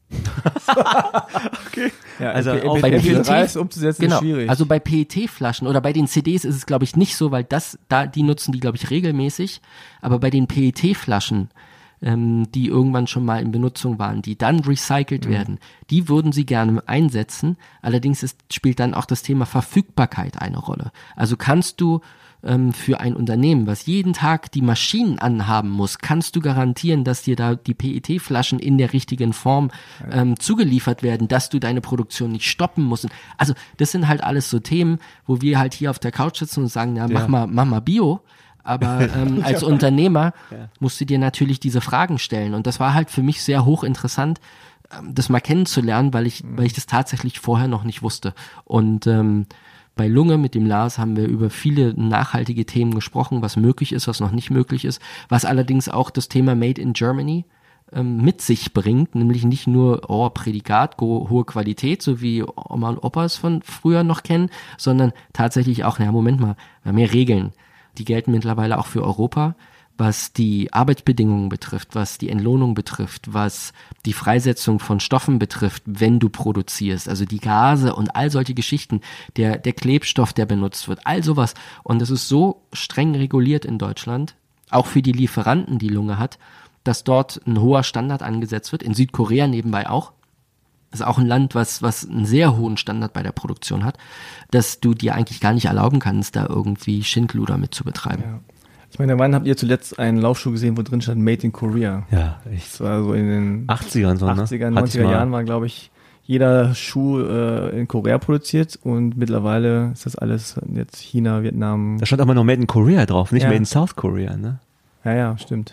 Okay. Ja, Also MP- auch bei MP3 PET umzusetzen genau, ist schwierig. also bei PET-Flaschen oder bei den CDs ist es, glaube ich, nicht so, weil die nutzen die, glaube ich, regelmäßig, aber bei den PET-Flaschen, die irgendwann schon mal in Benutzung waren, die dann recycelt werden, die würden sie gerne einsetzen. Allerdings spielt dann auch das Thema Verfügbarkeit eine Rolle. Also kannst du für ein Unternehmen, was jeden Tag die Maschinen anhaben muss, kannst du garantieren, dass dir da die PET-Flaschen in der richtigen Form zugeliefert werden, dass du deine Produktion nicht stoppen musst. Also das sind halt alles so Themen, wo wir halt hier auf der Couch sitzen und sagen, ja, mach mal Bio. Aber als Unternehmer musst du dir natürlich diese Fragen stellen. Und das war halt für mich sehr hochinteressant, das mal kennenzulernen, weil ich das tatsächlich vorher noch nicht wusste. Und bei Lunge mit dem Lars haben wir über viele nachhaltige Themen gesprochen, was möglich ist, was noch nicht möglich ist, was allerdings auch das Thema Made in Germany mit sich bringt, nämlich nicht nur Prädikat, hohe Qualität, so wie Oma und Opa es von früher noch kennen, sondern tatsächlich auch, Moment mal, wir haben ja Regeln. Die gelten mittlerweile auch für Europa, was die Arbeitsbedingungen betrifft, was die Entlohnung betrifft, was die Freisetzung von Stoffen betrifft, wenn du produzierst, also die Gase und all solche Geschichten, der Klebstoff, der benutzt wird, all sowas. Und das ist so streng reguliert in Deutschland, auch für die Lieferanten, die Lunge hat, dass dort ein hoher Standard angesetzt wird, in Südkorea nebenbei auch. Das ist auch ein Land, was einen sehr hohen Standard bei der Produktion hat, dass du dir eigentlich gar nicht erlauben kannst, da irgendwie Schindluder mit zu betreiben. Ja. Ich meine, wann habt ihr zuletzt einen Laufschuh gesehen, wo drin stand Made in Korea? Ja, Das war so in den 80ern so, ne? 80er, 90er Jahren war, glaube ich, jeder Schuh in Korea produziert und mittlerweile ist das alles jetzt China, Vietnam. Da stand aber noch Made in Korea drauf, nicht Ja. Made in South Korea, ne? Ja, stimmt.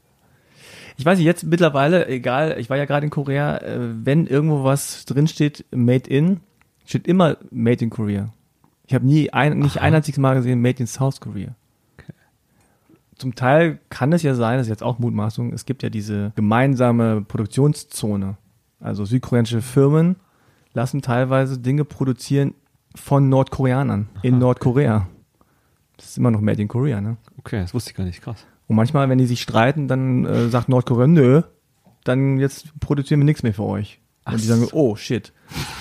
Ich weiß nicht, jetzt mittlerweile, egal, ich war ja gerade in Korea, wenn irgendwo was drin steht, Made in, steht immer Made in Korea. Ich habe nicht ein einziges Mal gesehen, Made in South Korea. Okay. Zum Teil kann es ja sein, das ist jetzt auch Mutmaßung, es gibt ja diese gemeinsame Produktionszone. Also südkoreanische Firmen lassen teilweise Dinge produzieren von Nordkoreanern in Nordkorea. Das ist immer noch Made in Korea, ne? Okay, das wusste ich gar nicht, krass. Und manchmal, wenn die sich streiten, dann sagt Nordkorea, nö, dann jetzt produzieren wir nichts mehr für euch. Und die sagen, oh, shit.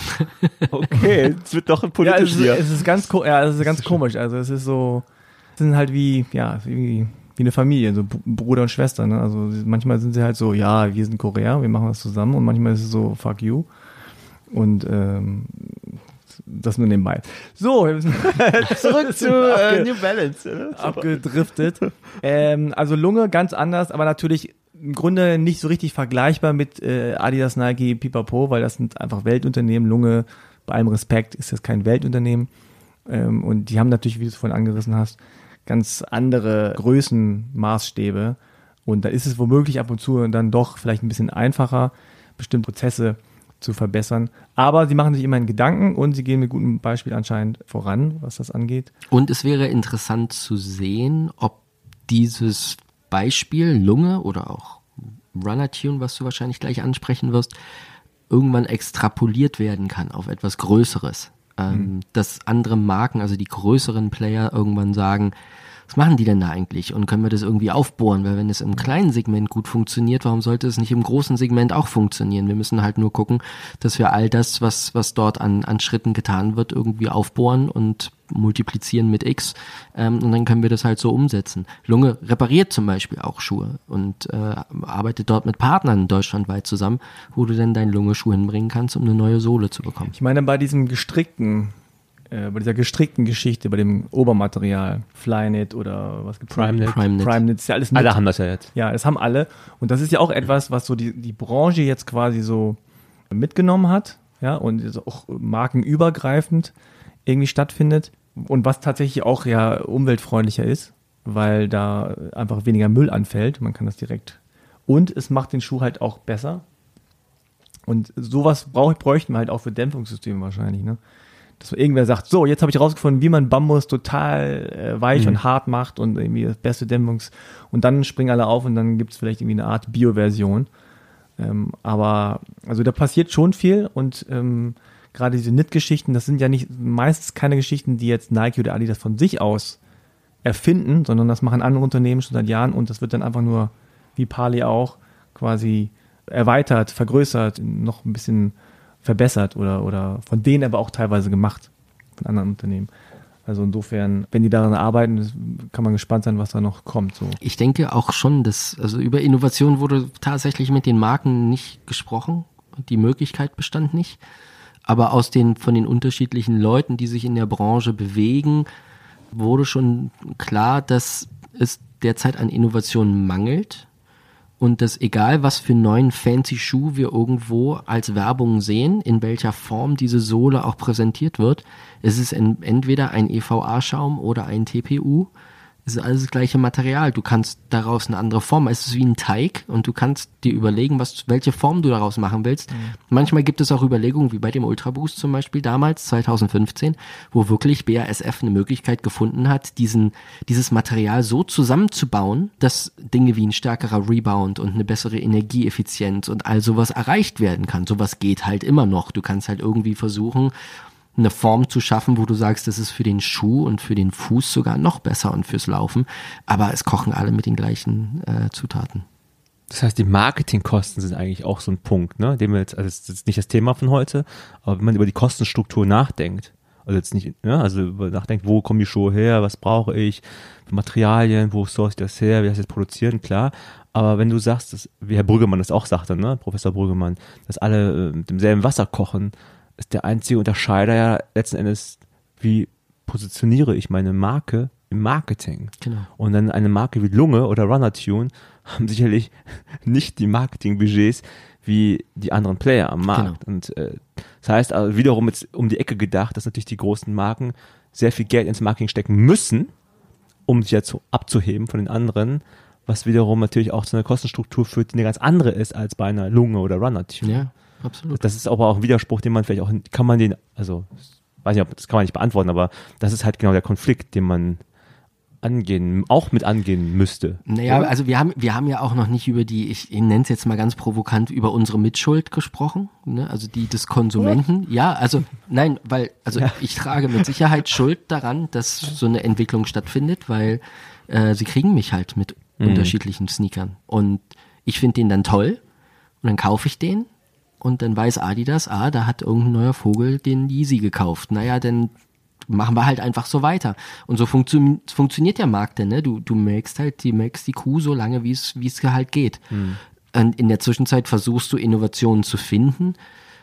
Okay, es wird doch Ja, politisch es ist ganz komisch. Also es ist so, es sind halt wie eine Familie, so Bruder und Schwester. Ne? Also manchmal sind sie halt so, ja, wir sind Korea, wir machen das zusammen. Und manchmal ist es so, fuck you. Und das nur nebenbei. So, zurück zu New Balance. abgedriftet. Also Lunge ganz anders, aber natürlich im Grunde nicht so richtig vergleichbar mit Adidas, Nike, Pipapo, weil das sind einfach Weltunternehmen. Lunge, bei allem Respekt, ist das kein Weltunternehmen. Und die haben natürlich, wie du es vorhin angerissen hast, ganz andere Größenmaßstäbe. Und da ist es womöglich ab und zu dann doch vielleicht ein bisschen einfacher, bestimmte Prozesse zu verbessern. Aber sie machen sich immerhin Gedanken und sie gehen mit gutem Beispiel anscheinend voran, was das angeht. Und es wäre interessant zu sehen, ob dieses Beispiel Lunge oder auch Runner Tune, was du wahrscheinlich gleich ansprechen wirst, irgendwann extrapoliert werden kann auf etwas Größeres. Dass andere Marken, also die größeren Player, irgendwann sagen, was machen die denn da eigentlich? Und können wir das irgendwie aufbohren? Weil wenn es im kleinen Segment gut funktioniert, warum sollte es nicht im großen Segment auch funktionieren? Wir müssen halt nur gucken, dass wir all das, was dort an Schritten getan wird, irgendwie aufbohren und multiplizieren mit X. Und dann können wir das halt so umsetzen. Lunge repariert zum Beispiel auch Schuhe und arbeitet dort mit Partnern deutschlandweit zusammen, wo du dann deinen Lunge-Schuh hinbringen kannst, um eine neue Sohle zu bekommen. Ich meine, bei dieser gestrickten Geschichte, bei dem Obermaterial, Flyknit oder was gibt's? Primeknit, ist ja alles Alle haben das ja jetzt. Ja, das haben alle. Und das ist ja auch etwas, was so die Branche jetzt quasi so mitgenommen hat, ja, und auch markenübergreifend irgendwie stattfindet. Und was tatsächlich auch ja umweltfreundlicher ist, weil da einfach weniger Müll anfällt. Man kann das direkt. Und es macht den Schuh halt auch besser. Und sowas bräuchten wir halt auch für Dämpfungssysteme wahrscheinlich, ne? Dass irgendwer sagt, so, jetzt habe ich rausgefunden, wie man Bambus total weich und hart macht und irgendwie das beste und dann springen alle auf und dann gibt es vielleicht irgendwie eine Art Bio-Version. Aber also da passiert schon viel und gerade diese Knit-Geschichten, das sind ja meistens keine Geschichten, die jetzt Nike oder Adidas von sich aus erfinden, sondern das machen andere Unternehmen schon seit Jahren und das wird dann einfach nur, wie Parley auch, quasi erweitert, vergrößert, noch ein bisschen verbessert oder von denen aber auch teilweise gemacht, von anderen Unternehmen. Also insofern, wenn die daran arbeiten, kann man gespannt sein, was da noch kommt. So. Ich denke auch schon, also über Innovation wurde tatsächlich mit den Marken nicht gesprochen. Die Möglichkeit bestand nicht. Aber von den unterschiedlichen Leuten, die sich in der Branche bewegen, wurde schon klar, dass es derzeit an Innovation mangelt. Und dass egal, was für einen neuen fancy Schuh wir irgendwo als Werbung sehen, in welcher Form diese Sohle auch präsentiert wird, es ist entweder ein EVA-Schaum oder ein TPU. Es ist alles das gleiche Material. Du kannst daraus eine andere Form. Es ist wie ein Teig und du kannst dir überlegen, welche Form du daraus machen willst. Mhm. Manchmal gibt es auch Überlegungen, wie bei dem Ultra Boost zum Beispiel damals, 2015, wo wirklich BASF eine Möglichkeit gefunden hat, dieses Material so zusammenzubauen, dass Dinge wie ein stärkerer Rebound und eine bessere Energieeffizienz und all sowas erreicht werden kann. Sowas geht halt immer noch. Du kannst halt irgendwie versuchen, eine Form zu schaffen, wo du sagst, das ist für den Schuh und für den Fuß sogar noch besser und fürs Laufen. Aber es kochen alle mit den gleichen Zutaten. Das heißt, die Marketingkosten sind eigentlich auch so ein Punkt, ne, den wir jetzt, also das ist nicht das Thema von heute, aber wenn man über die Kostenstruktur nachdenkt, also jetzt nicht, ne, also nachdenkt, wo kommen die Schuhe her, was brauche ich für Materialien, wo source ich das her, wie das jetzt produzieren, klar. Aber wenn du sagst, wie Herr Brüggemann das auch sagte, ne, Professor Brüggemann, dass alle mit demselben Wasser kochen, ist der einzige Unterscheider ja letzten Endes, wie positioniere ich meine Marke im Marketing. Genau. Und dann eine Marke wie Lunge oder Runner Tune haben sicherlich nicht die Marketingbudgets wie die anderen Player am Markt. Genau. Und das heißt also wiederum jetzt um die Ecke gedacht, dass natürlich die großen Marken sehr viel Geld ins Marketing stecken müssen, um sich jetzt abzuheben von den anderen, was wiederum natürlich auch zu einer Kostenstruktur führt, die eine ganz andere ist als bei einer Lunge oder Runner Tune. Ja. Absolut. Das ist aber auch ein Widerspruch, den man vielleicht auch, das kann man nicht beantworten, aber das ist halt genau der Konflikt, den man angehen müsste. Naja, oder? Also wir haben ja auch noch nicht über ich nenne es jetzt mal ganz provokant, über unsere Mitschuld gesprochen, ne? Also die des Konsumenten. Ja, also nein, ich trage mit Sicherheit Schuld daran, dass so eine Entwicklung stattfindet, weil sie kriegen mich halt mit unterschiedlichen Sneakern und ich finde den dann toll und dann kaufe ich den. Und dann weiß Adidas, da hat irgendein neuer Vogel den Yeezy gekauft. Naja, dann machen wir halt einfach so weiter. Und so funktioniert der Markt denn, ne? Du melkst die Kuh so lange, wie es halt geht. Und in der Zwischenzeit versuchst du Innovationen zu finden,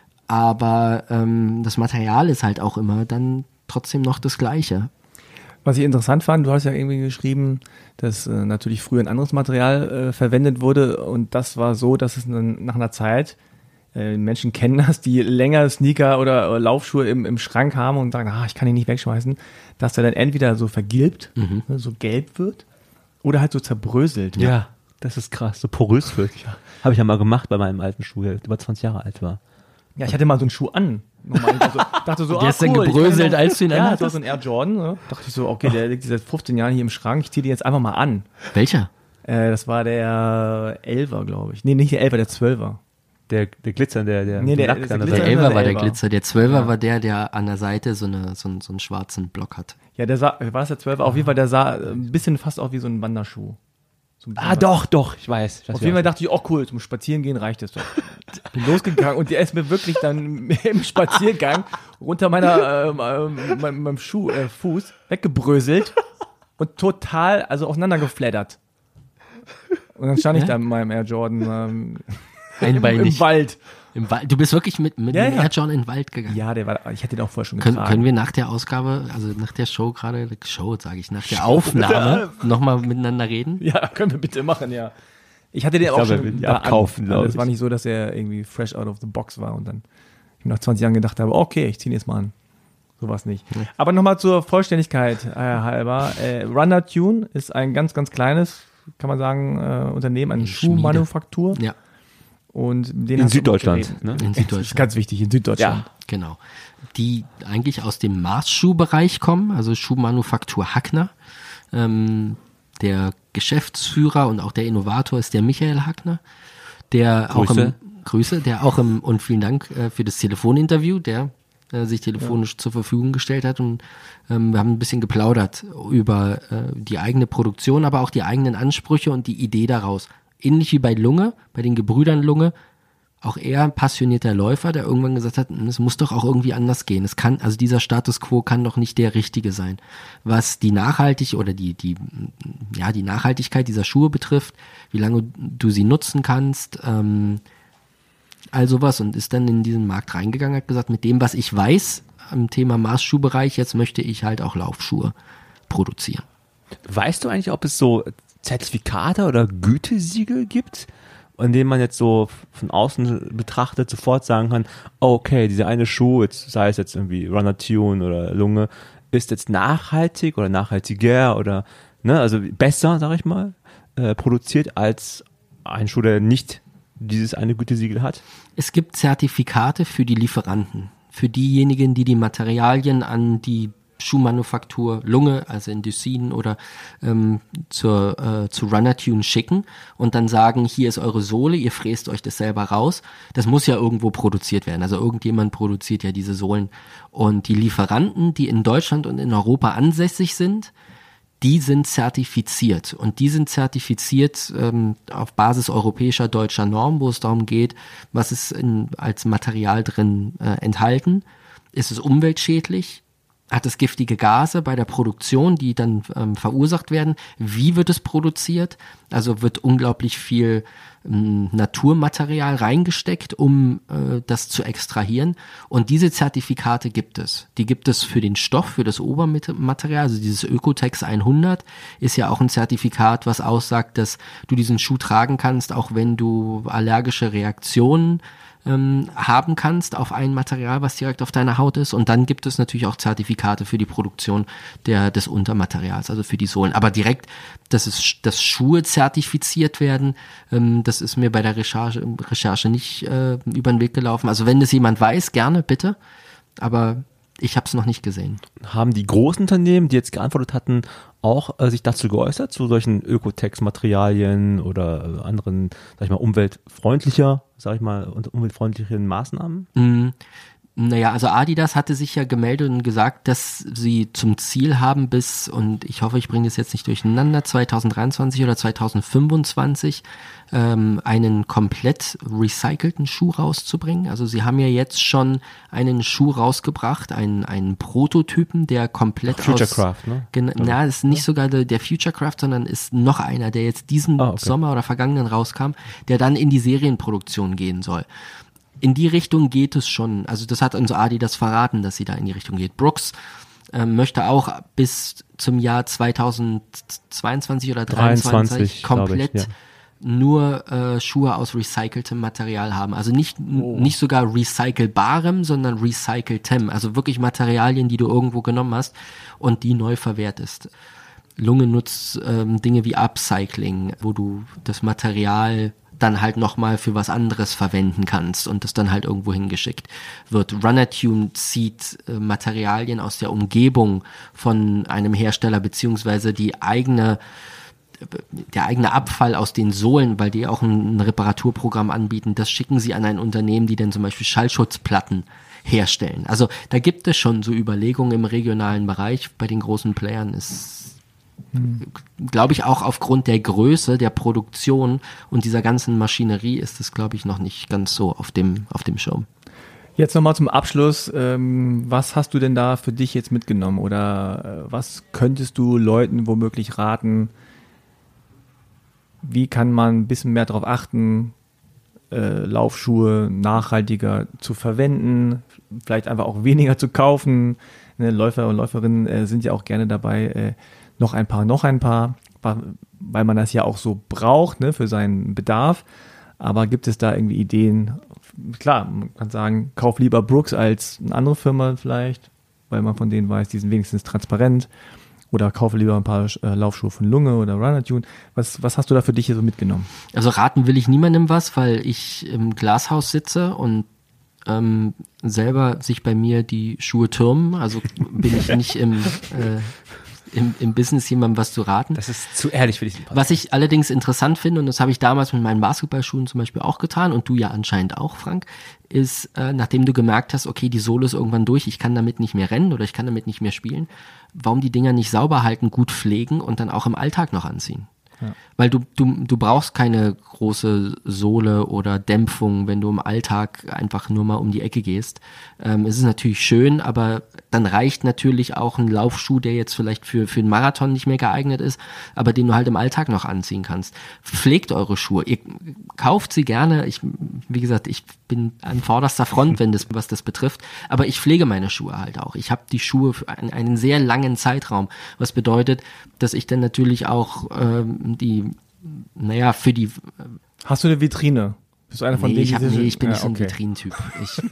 aber das Material ist halt auch immer dann trotzdem noch das Gleiche. Was ich interessant fand, du hast ja irgendwie geschrieben, dass natürlich früher ein anderes Material verwendet wurde und das war so, dass es nach einer Zeit Menschen kennen das, die länger Sneaker oder Laufschuhe im Schrank haben und sagen, ich kann ihn nicht wegschmeißen, dass der dann entweder so vergilbt, so gelb wird oder halt so zerbröselt. Ja, das ist krass, so porös wird. Ja. Habe ich ja mal gemacht bei meinem alten Schuh, der über 20 Jahre alt war. Ja, ich hatte mal so einen Schuh an. Dachte so, der ist dann gebröselt, als du ihn anhattest? Ja, das war so ein Air Jordan. Ne? Dachte ich so, okay, der liegt seit 15 Jahren hier im Schrank, ich ziehe den jetzt einfach mal an. Welcher? Das war der 11er, glaube ich. Nee, nicht der 11er, der 12er. Der Glitzer, der Lack. Der 11er war der Glitzer, der 12er war der an der Seite so einen schwarzen Block hat. Ja, war das der 12er? Auf jeden Fall, der sah ein bisschen fast aus wie so ein Wanderschuh. So doch, ich weiß. Auf jeden Fall dachte ich, cool, zum Spazierengehen reicht es doch. Bin losgegangen und der ist mir wirklich dann im Spaziergang runter meinem Fuß weggebröselt und total, auseinandergeflattert. Und dann stand ich da mit meinem Air Jordan Einbeinig. Im Wald. Du bist wirklich mit dem Air Jordan in den Wald gegangen. Ja, ich hätte den auch vorher schon getragen. Können wir nach der Ausgabe, also nach der Show nach der Aufnahme nochmal miteinander reden? Ja, können wir bitte machen, ja. Ich hatte den auch schon abkaufen, glaube ich. Es war nicht so, dass er irgendwie fresh out of the box war und dann ich nach 20 Jahren gedacht habe, okay, ich ziehe ihn jetzt mal an. So war es nicht. Ja. Aber nochmal zur Vollständigkeit halber. Runner Tune ist ein ganz, ganz kleines, kann man sagen, Unternehmen, eine Schuhmanufaktur. Ja. Und in Süddeutschland. Ne? In Süddeutschland. Das ist ganz wichtig, in Süddeutschland. Ja, genau. Die eigentlich aus dem Maßschuhbereich kommen, also Schuhmanufaktur Hackner. Der Geschäftsführer und auch der Innovator ist der Michael Hackner, der und vielen Dank für das Telefoninterview, der sich telefonisch zur Verfügung gestellt hat und wir haben ein bisschen geplaudert über die eigene Produktion, aber auch die eigenen Ansprüche und die Idee daraus. Ähnlich wie bei Lunge, bei den Gebrüdern Lunge, auch eher ein passionierter Läufer, der irgendwann gesagt hat, es muss doch auch irgendwie anders gehen. Also dieser Status quo kann doch nicht der richtige sein. Was die die Nachhaltigkeit dieser Schuhe betrifft, wie lange du sie nutzen kannst, all sowas, und ist dann in diesen Markt reingegangen, hat gesagt, mit dem, was ich weiß am Thema Maßschuhbereich, jetzt möchte ich halt auch Laufschuhe produzieren. Weißt du eigentlich, ob es so Zertifikate oder Gütesiegel gibt, an denen man jetzt so von außen betrachtet sofort sagen kann, okay, dieser eine Schuh, jetzt, sei es jetzt irgendwie Runner Tune oder Lunge, ist jetzt nachhaltig oder nachhaltiger oder also besser, sag ich mal, produziert als ein Schuh, der nicht dieses eine Gütesiegel hat? Es gibt Zertifikate für die Lieferanten, für diejenigen, die die Materialien an die Schuhmanufaktur Lunge, also in Düsseldorf oder zu Runner Tune schicken und dann sagen, hier ist eure Sohle, ihr fräst euch das selber raus. Das muss ja irgendwo produziert werden. Also irgendjemand produziert ja diese Sohlen. Und die Lieferanten, die in Deutschland und in Europa ansässig sind, die sind zertifiziert. Und die sind zertifiziert auf Basis europäischer, deutscher Normen, wo es darum geht, was ist als Material drin enthalten. Ist es umweltschädlich? Hat es giftige Gase bei der Produktion, die dann verursacht werden? Wie wird es produziert? Also wird unglaublich viel Naturmaterial reingesteckt, um das zu extrahieren. Und diese Zertifikate gibt es. Die gibt es für den Stoff, für das Obermaterial. Also dieses Ökotex 100 ist ja auch ein Zertifikat, was aussagt, dass du diesen Schuh tragen kannst, auch wenn du allergische Reaktionen haben kannst auf ein Material, was direkt auf deiner Haut ist. Und dann gibt es natürlich auch Zertifikate für die Produktion des Untermaterials, also für die Sohlen. Aber direkt, dass Schuhe zertifiziert werden, das ist mir bei der Recherche nicht über den Weg gelaufen. Also wenn das jemand weiß, gerne, bitte. Aber ich habe es noch nicht gesehen. Haben die großen Unternehmen, die jetzt geantwortet hatten, auch sich dazu geäußert, zu solchen Ökotex-Materialien oder anderen, sag ich mal, umweltfreundlicheren Maßnahmen? Naja, also Adidas hatte sich ja gemeldet und gesagt, dass sie zum Ziel haben und ich hoffe, ich bringe das jetzt nicht durcheinander, 2023 oder 2025 einen komplett recycelten Schuh rauszubringen. Also sie haben ja jetzt schon einen Schuh rausgebracht, einen Prototypen, der komplett Futurecraft, ne? Das ist nicht sogar der Futurecraft, sondern ist noch einer, der jetzt diesen Sommer oder vergangenen rauskam, der dann in die Serienproduktion gehen soll. In die Richtung geht es schon. Also das hat uns Adidas verraten, dass sie da in die Richtung geht. Brooks möchte auch bis zum Jahr 2022 oder 2023 komplett nur Schuhe aus recyceltem Material haben. Also nicht sogar recycelbarem, sondern recyceltem. Also wirklich Materialien, die du irgendwo genommen hast und die neu verwertest. Lunge nutzt Dinge wie Upcycling, wo du das Material dann halt nochmal für was anderes verwenden kannst und das dann halt irgendwo hingeschickt wird. Runner Tune zieht Materialien aus der Umgebung von einem Hersteller beziehungsweise der eigene Abfall aus den Sohlen, weil die auch ein Reparaturprogramm anbieten, das schicken sie an ein Unternehmen, die dann zum Beispiel Schallschutzplatten herstellen. Also da gibt es schon so Überlegungen im regionalen Bereich. Bei den großen Playern ist glaube ich, auch aufgrund der Größe der Produktion und dieser ganzen Maschinerie ist es, glaube ich, noch nicht ganz so auf dem Schirm. Jetzt nochmal zum Abschluss. Was hast du denn da für dich jetzt mitgenommen? Oder was könntest du Leuten womöglich raten? Wie kann man ein bisschen mehr darauf achten, Laufschuhe nachhaltiger zu verwenden, vielleicht einfach auch weniger zu kaufen? Läufer und Läuferinnen sind ja auch gerne dabei, noch ein paar, weil man das ja auch so braucht, für seinen Bedarf. Aber gibt es da irgendwie Ideen? Klar, man kann sagen, kauf lieber Brooks als eine andere Firma vielleicht, weil man von denen weiß, die sind wenigstens transparent. Oder kaufe lieber ein paar Laufschuhe von Lunge oder Runner Tune. Was hast du da für dich hier so mitgenommen? Also raten will ich niemandem was, weil ich im Glashaus sitze und selber sich bei mir die Schuhe türmen. Also bin ich nicht im Business jemandem was zu raten. Das ist zu ehrlich für diesen Podcast. Was ich allerdings interessant finde, und das habe ich damals mit meinen Basketballschuhen zum Beispiel auch getan und du ja anscheinend auch, Frank, ist, nachdem du gemerkt hast, okay, die Sohle ist irgendwann durch, ich kann damit nicht mehr rennen oder ich kann damit nicht mehr spielen, warum die Dinger nicht sauber halten, gut pflegen und dann auch im Alltag noch anziehen. Weil du brauchst keine große Sohle oder Dämpfung, wenn du im Alltag einfach nur mal um die Ecke gehst. Es ist natürlich schön, aber dann reicht natürlich auch ein Laufschuh, der jetzt vielleicht für einen Marathon nicht mehr geeignet ist, aber den du halt im Alltag noch anziehen kannst. Pflegt eure Schuhe. Ihr kauft sie gerne. Wie gesagt, ich bin an vorderster Front, was das betrifft, aber ich pflege meine Schuhe halt auch. Ich habe die Schuhe für einen sehr langen Zeitraum, was bedeutet, dass ich dann natürlich auch für die. Hast du eine Vitrine? Bist du einer von denen, ich bin nicht so ein Vitrinentyp. Ich bin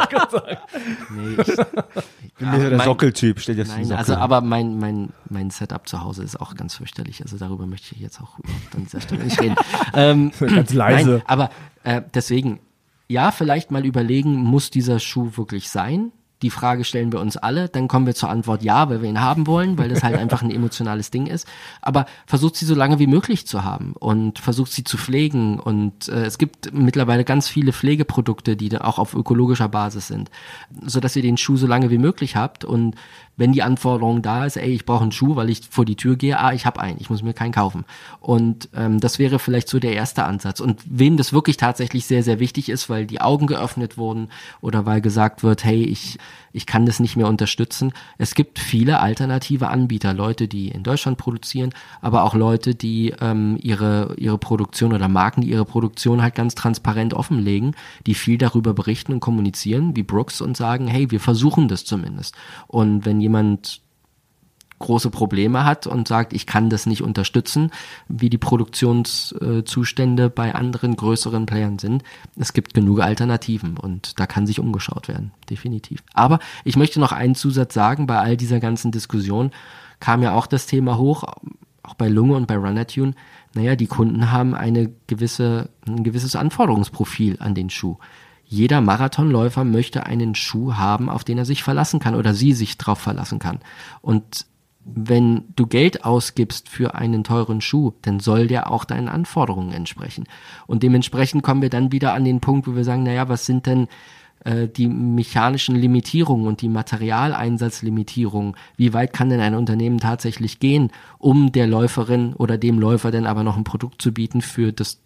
mehr so der Sockeltyp. Stell dir das Nein, also aber mein Setup zu Hause ist auch ganz fürchterlich. Also darüber möchte ich jetzt auch an dieser Stelle nicht reden. Ganz leise. Nein, aber deswegen, ja, vielleicht mal überlegen, muss dieser Schuh wirklich sein? Die Frage stellen wir uns alle, dann kommen wir zur Antwort ja, weil wir ihn haben wollen, weil das halt einfach ein emotionales Ding ist. Aber versucht sie so lange wie möglich zu haben und versucht sie zu pflegen. Und es gibt mittlerweile ganz viele Pflegeprodukte, die da auch auf ökologischer Basis sind, sodass ihr den Schuh so lange wie möglich habt. Und wenn die Anforderung da ist, ich brauche einen Schuh, weil ich vor die Tür gehe, ich habe einen, ich muss mir keinen kaufen. Und das wäre vielleicht so der erste Ansatz. Und wem das wirklich tatsächlich sehr, sehr wichtig ist, weil die Augen geöffnet wurden oder weil gesagt wird, hey, ich kann das nicht mehr unterstützen. Es gibt viele alternative Anbieter, Leute, die in Deutschland produzieren, aber auch Leute, die ihre Produktion oder Marken, die ihre Produktion halt ganz transparent offenlegen, die viel darüber berichten und kommunizieren, wie Brooks, und sagen, hey, wir versuchen das zumindest. Und wenn jemand große Probleme hat und sagt, ich kann das nicht unterstützen, wie die Produktionszustände bei anderen größeren Playern sind. Es gibt genug Alternativen und da kann sich umgeschaut werden, definitiv. Aber ich möchte noch einen Zusatz sagen, bei all dieser ganzen Diskussion kam ja auch das Thema hoch, auch bei Lunge und bei Runnertune, die Kunden haben ein gewisses Anforderungsprofil an den Schuh. Jeder Marathonläufer möchte einen Schuh haben, auf den er sich verlassen kann oder sie sich drauf verlassen kann. Und wenn du Geld ausgibst für einen teuren Schuh, dann soll der auch deinen Anforderungen entsprechen. Und dementsprechend kommen wir dann wieder an den Punkt, wo wir sagen, was sind denn die mechanischen Limitierungen und die Materialeinsatzlimitierungen? Wie weit kann denn ein Unternehmen tatsächlich gehen, um der Läuferin oder dem Läufer dann aber noch ein Produkt zu bieten für das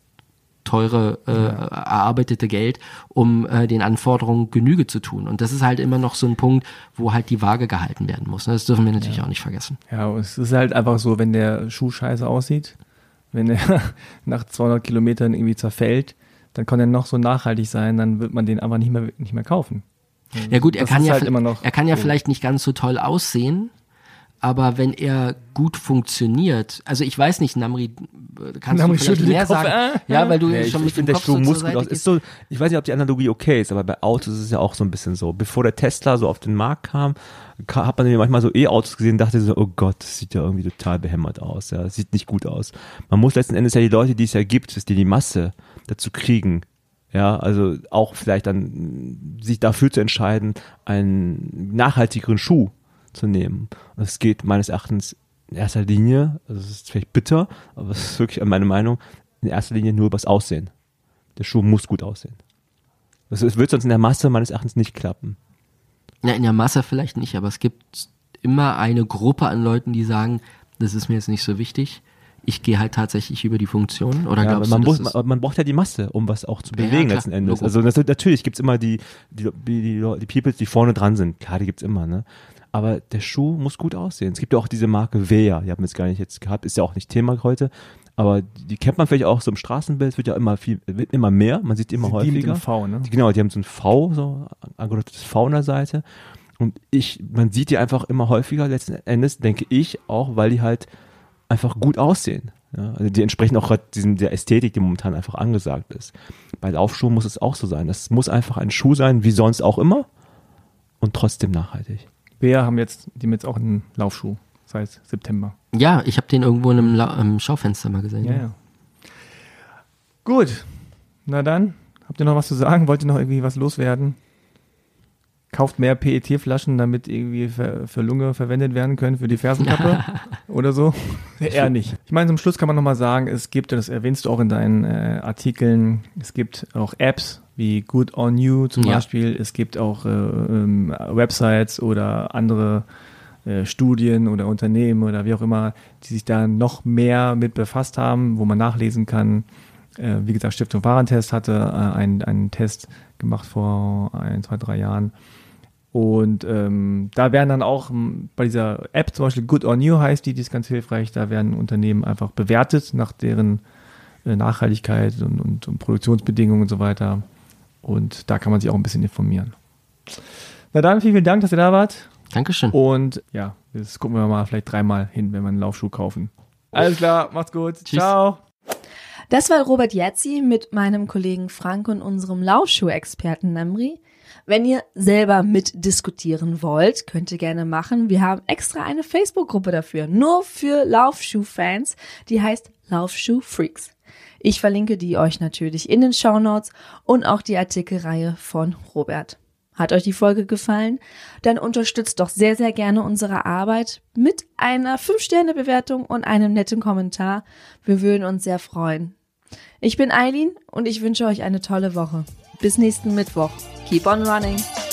teure erarbeitete Geld, um den Anforderungen Genüge zu tun. Und das ist halt immer noch so ein Punkt, wo halt die Waage gehalten werden muss. Das dürfen wir natürlich auch nicht vergessen. Ja, es ist halt einfach so, wenn der Schuh scheiße aussieht, wenn er nach 200 Kilometern irgendwie zerfällt, dann kann er noch so nachhaltig sein, dann wird man den einfach nicht mehr kaufen. Ja gut, er kann ja so vielleicht nicht ganz so toll aussehen, aber wenn er gut funktioniert, also ich weiß nicht, Namri, kannst du vielleicht mehr sagen? Ja, weil du schon mit dem Kopf so zur Seite gehst. Ich weiß nicht, ob die Analogie okay ist, aber bei Autos ist es ja auch so ein bisschen so. Bevor der Tesla so auf den Markt kam, hat man manchmal so E-Autos gesehen und dachte so, oh Gott, das sieht ja irgendwie total behämmert aus. Ja, das sieht nicht gut aus. Man muss letzten Endes ja die Leute, die es ja gibt, dass die Masse dazu kriegen, ja, also auch vielleicht dann sich dafür zu entscheiden, einen nachhaltigeren Schuh zu nehmen. Und es geht meines Erachtens in erster Linie, also es ist vielleicht bitter, aber es ist wirklich meine Meinung, in erster Linie nur über das Aussehen. Der Schuh muss gut aussehen. Das wird sonst in der Masse meines Erachtens nicht klappen. Ja, in der Masse vielleicht nicht, aber es gibt immer eine Gruppe an Leuten, die sagen, das ist mir jetzt nicht so wichtig. Ich gehe halt tatsächlich über die Funktion. Oder glaubst du, man braucht ja die Masse, um was auch zu bewegen letzten Endes. Logo. Also natürlich gibt es immer die Peoples, die vorne dran sind. Klar, die gibt's immer, ne? Aber der Schuh muss gut aussehen. Es gibt ja auch diese Marke Vea, die haben wir jetzt gar nicht jetzt gehabt, ist ja auch nicht Thema heute, aber die kennt man vielleicht auch so im Straßenbild, wird immer mehr, man sieht die immer häufiger. Die mit dem V, ne? Genau, die haben so ein V, so angedeutetes V an der Seite und man sieht die einfach immer häufiger letzten Endes, denke ich, auch weil die halt einfach gut aussehen. Ja? Also die entsprechen auch der Ästhetik, die momentan einfach angesagt ist. Bei Laufschuhen muss es auch so sein. Das muss einfach ein Schuh sein, wie sonst auch immer und trotzdem nachhaltig. Wir haben jetzt auch einen Laufschuh seit September. Ja, ich habe den irgendwo in einem Schaufenster mal gesehen. Ja. Gut, na dann, habt ihr noch was zu sagen? Wollt ihr noch irgendwie was loswerden? Kauft mehr PET-Flaschen, damit irgendwie für Lunge verwendet werden können, für die Fersenkappe oder so? Eher nicht. Ich meine, zum Schluss kann man nochmal sagen, es gibt, das erwähnst du auch in deinen Artikeln, es gibt auch Apps wie Good On You zum Beispiel. Es gibt auch Websites oder andere Studien oder Unternehmen oder wie auch immer, die sich da noch mehr mit befasst haben, wo man nachlesen kann. Wie gesagt, Stiftung Warentest hatte einen Test gemacht vor 1, 2, 3 Jahren. Und da werden dann auch bei dieser App, zum Beispiel Good or New heißt die ist ganz hilfreich, da werden Unternehmen einfach bewertet nach deren Nachhaltigkeit und Produktionsbedingungen und so weiter. Und da kann man sich auch ein bisschen informieren. Na dann, vielen Dank, dass ihr da wart. Dankeschön. Und ja, das gucken wir mal vielleicht 3-mal hin, wenn wir einen Laufschuh kaufen. Alles klar, macht's gut. Tschüss. Ciao. Das war Robert Yazzi mit meinem Kollegen Frank und unserem Laufschuhexperten Namri. Wenn ihr selber mitdiskutieren wollt, könnt ihr gerne machen. Wir haben extra eine Facebook-Gruppe dafür, nur für Laufschuh-Fans, die heißt Laufschuh-Freaks. Ich verlinke die euch natürlich in den Shownotes und auch die Artikelreihe von Robert. Hat euch die Folge gefallen? Dann unterstützt doch sehr, sehr gerne unsere Arbeit mit einer 5-Sterne-Bewertung und einem netten Kommentar. Wir würden uns sehr freuen. Ich bin Eileen und ich wünsche euch eine tolle Woche. Bis nächsten Mittwoch. Keep on running!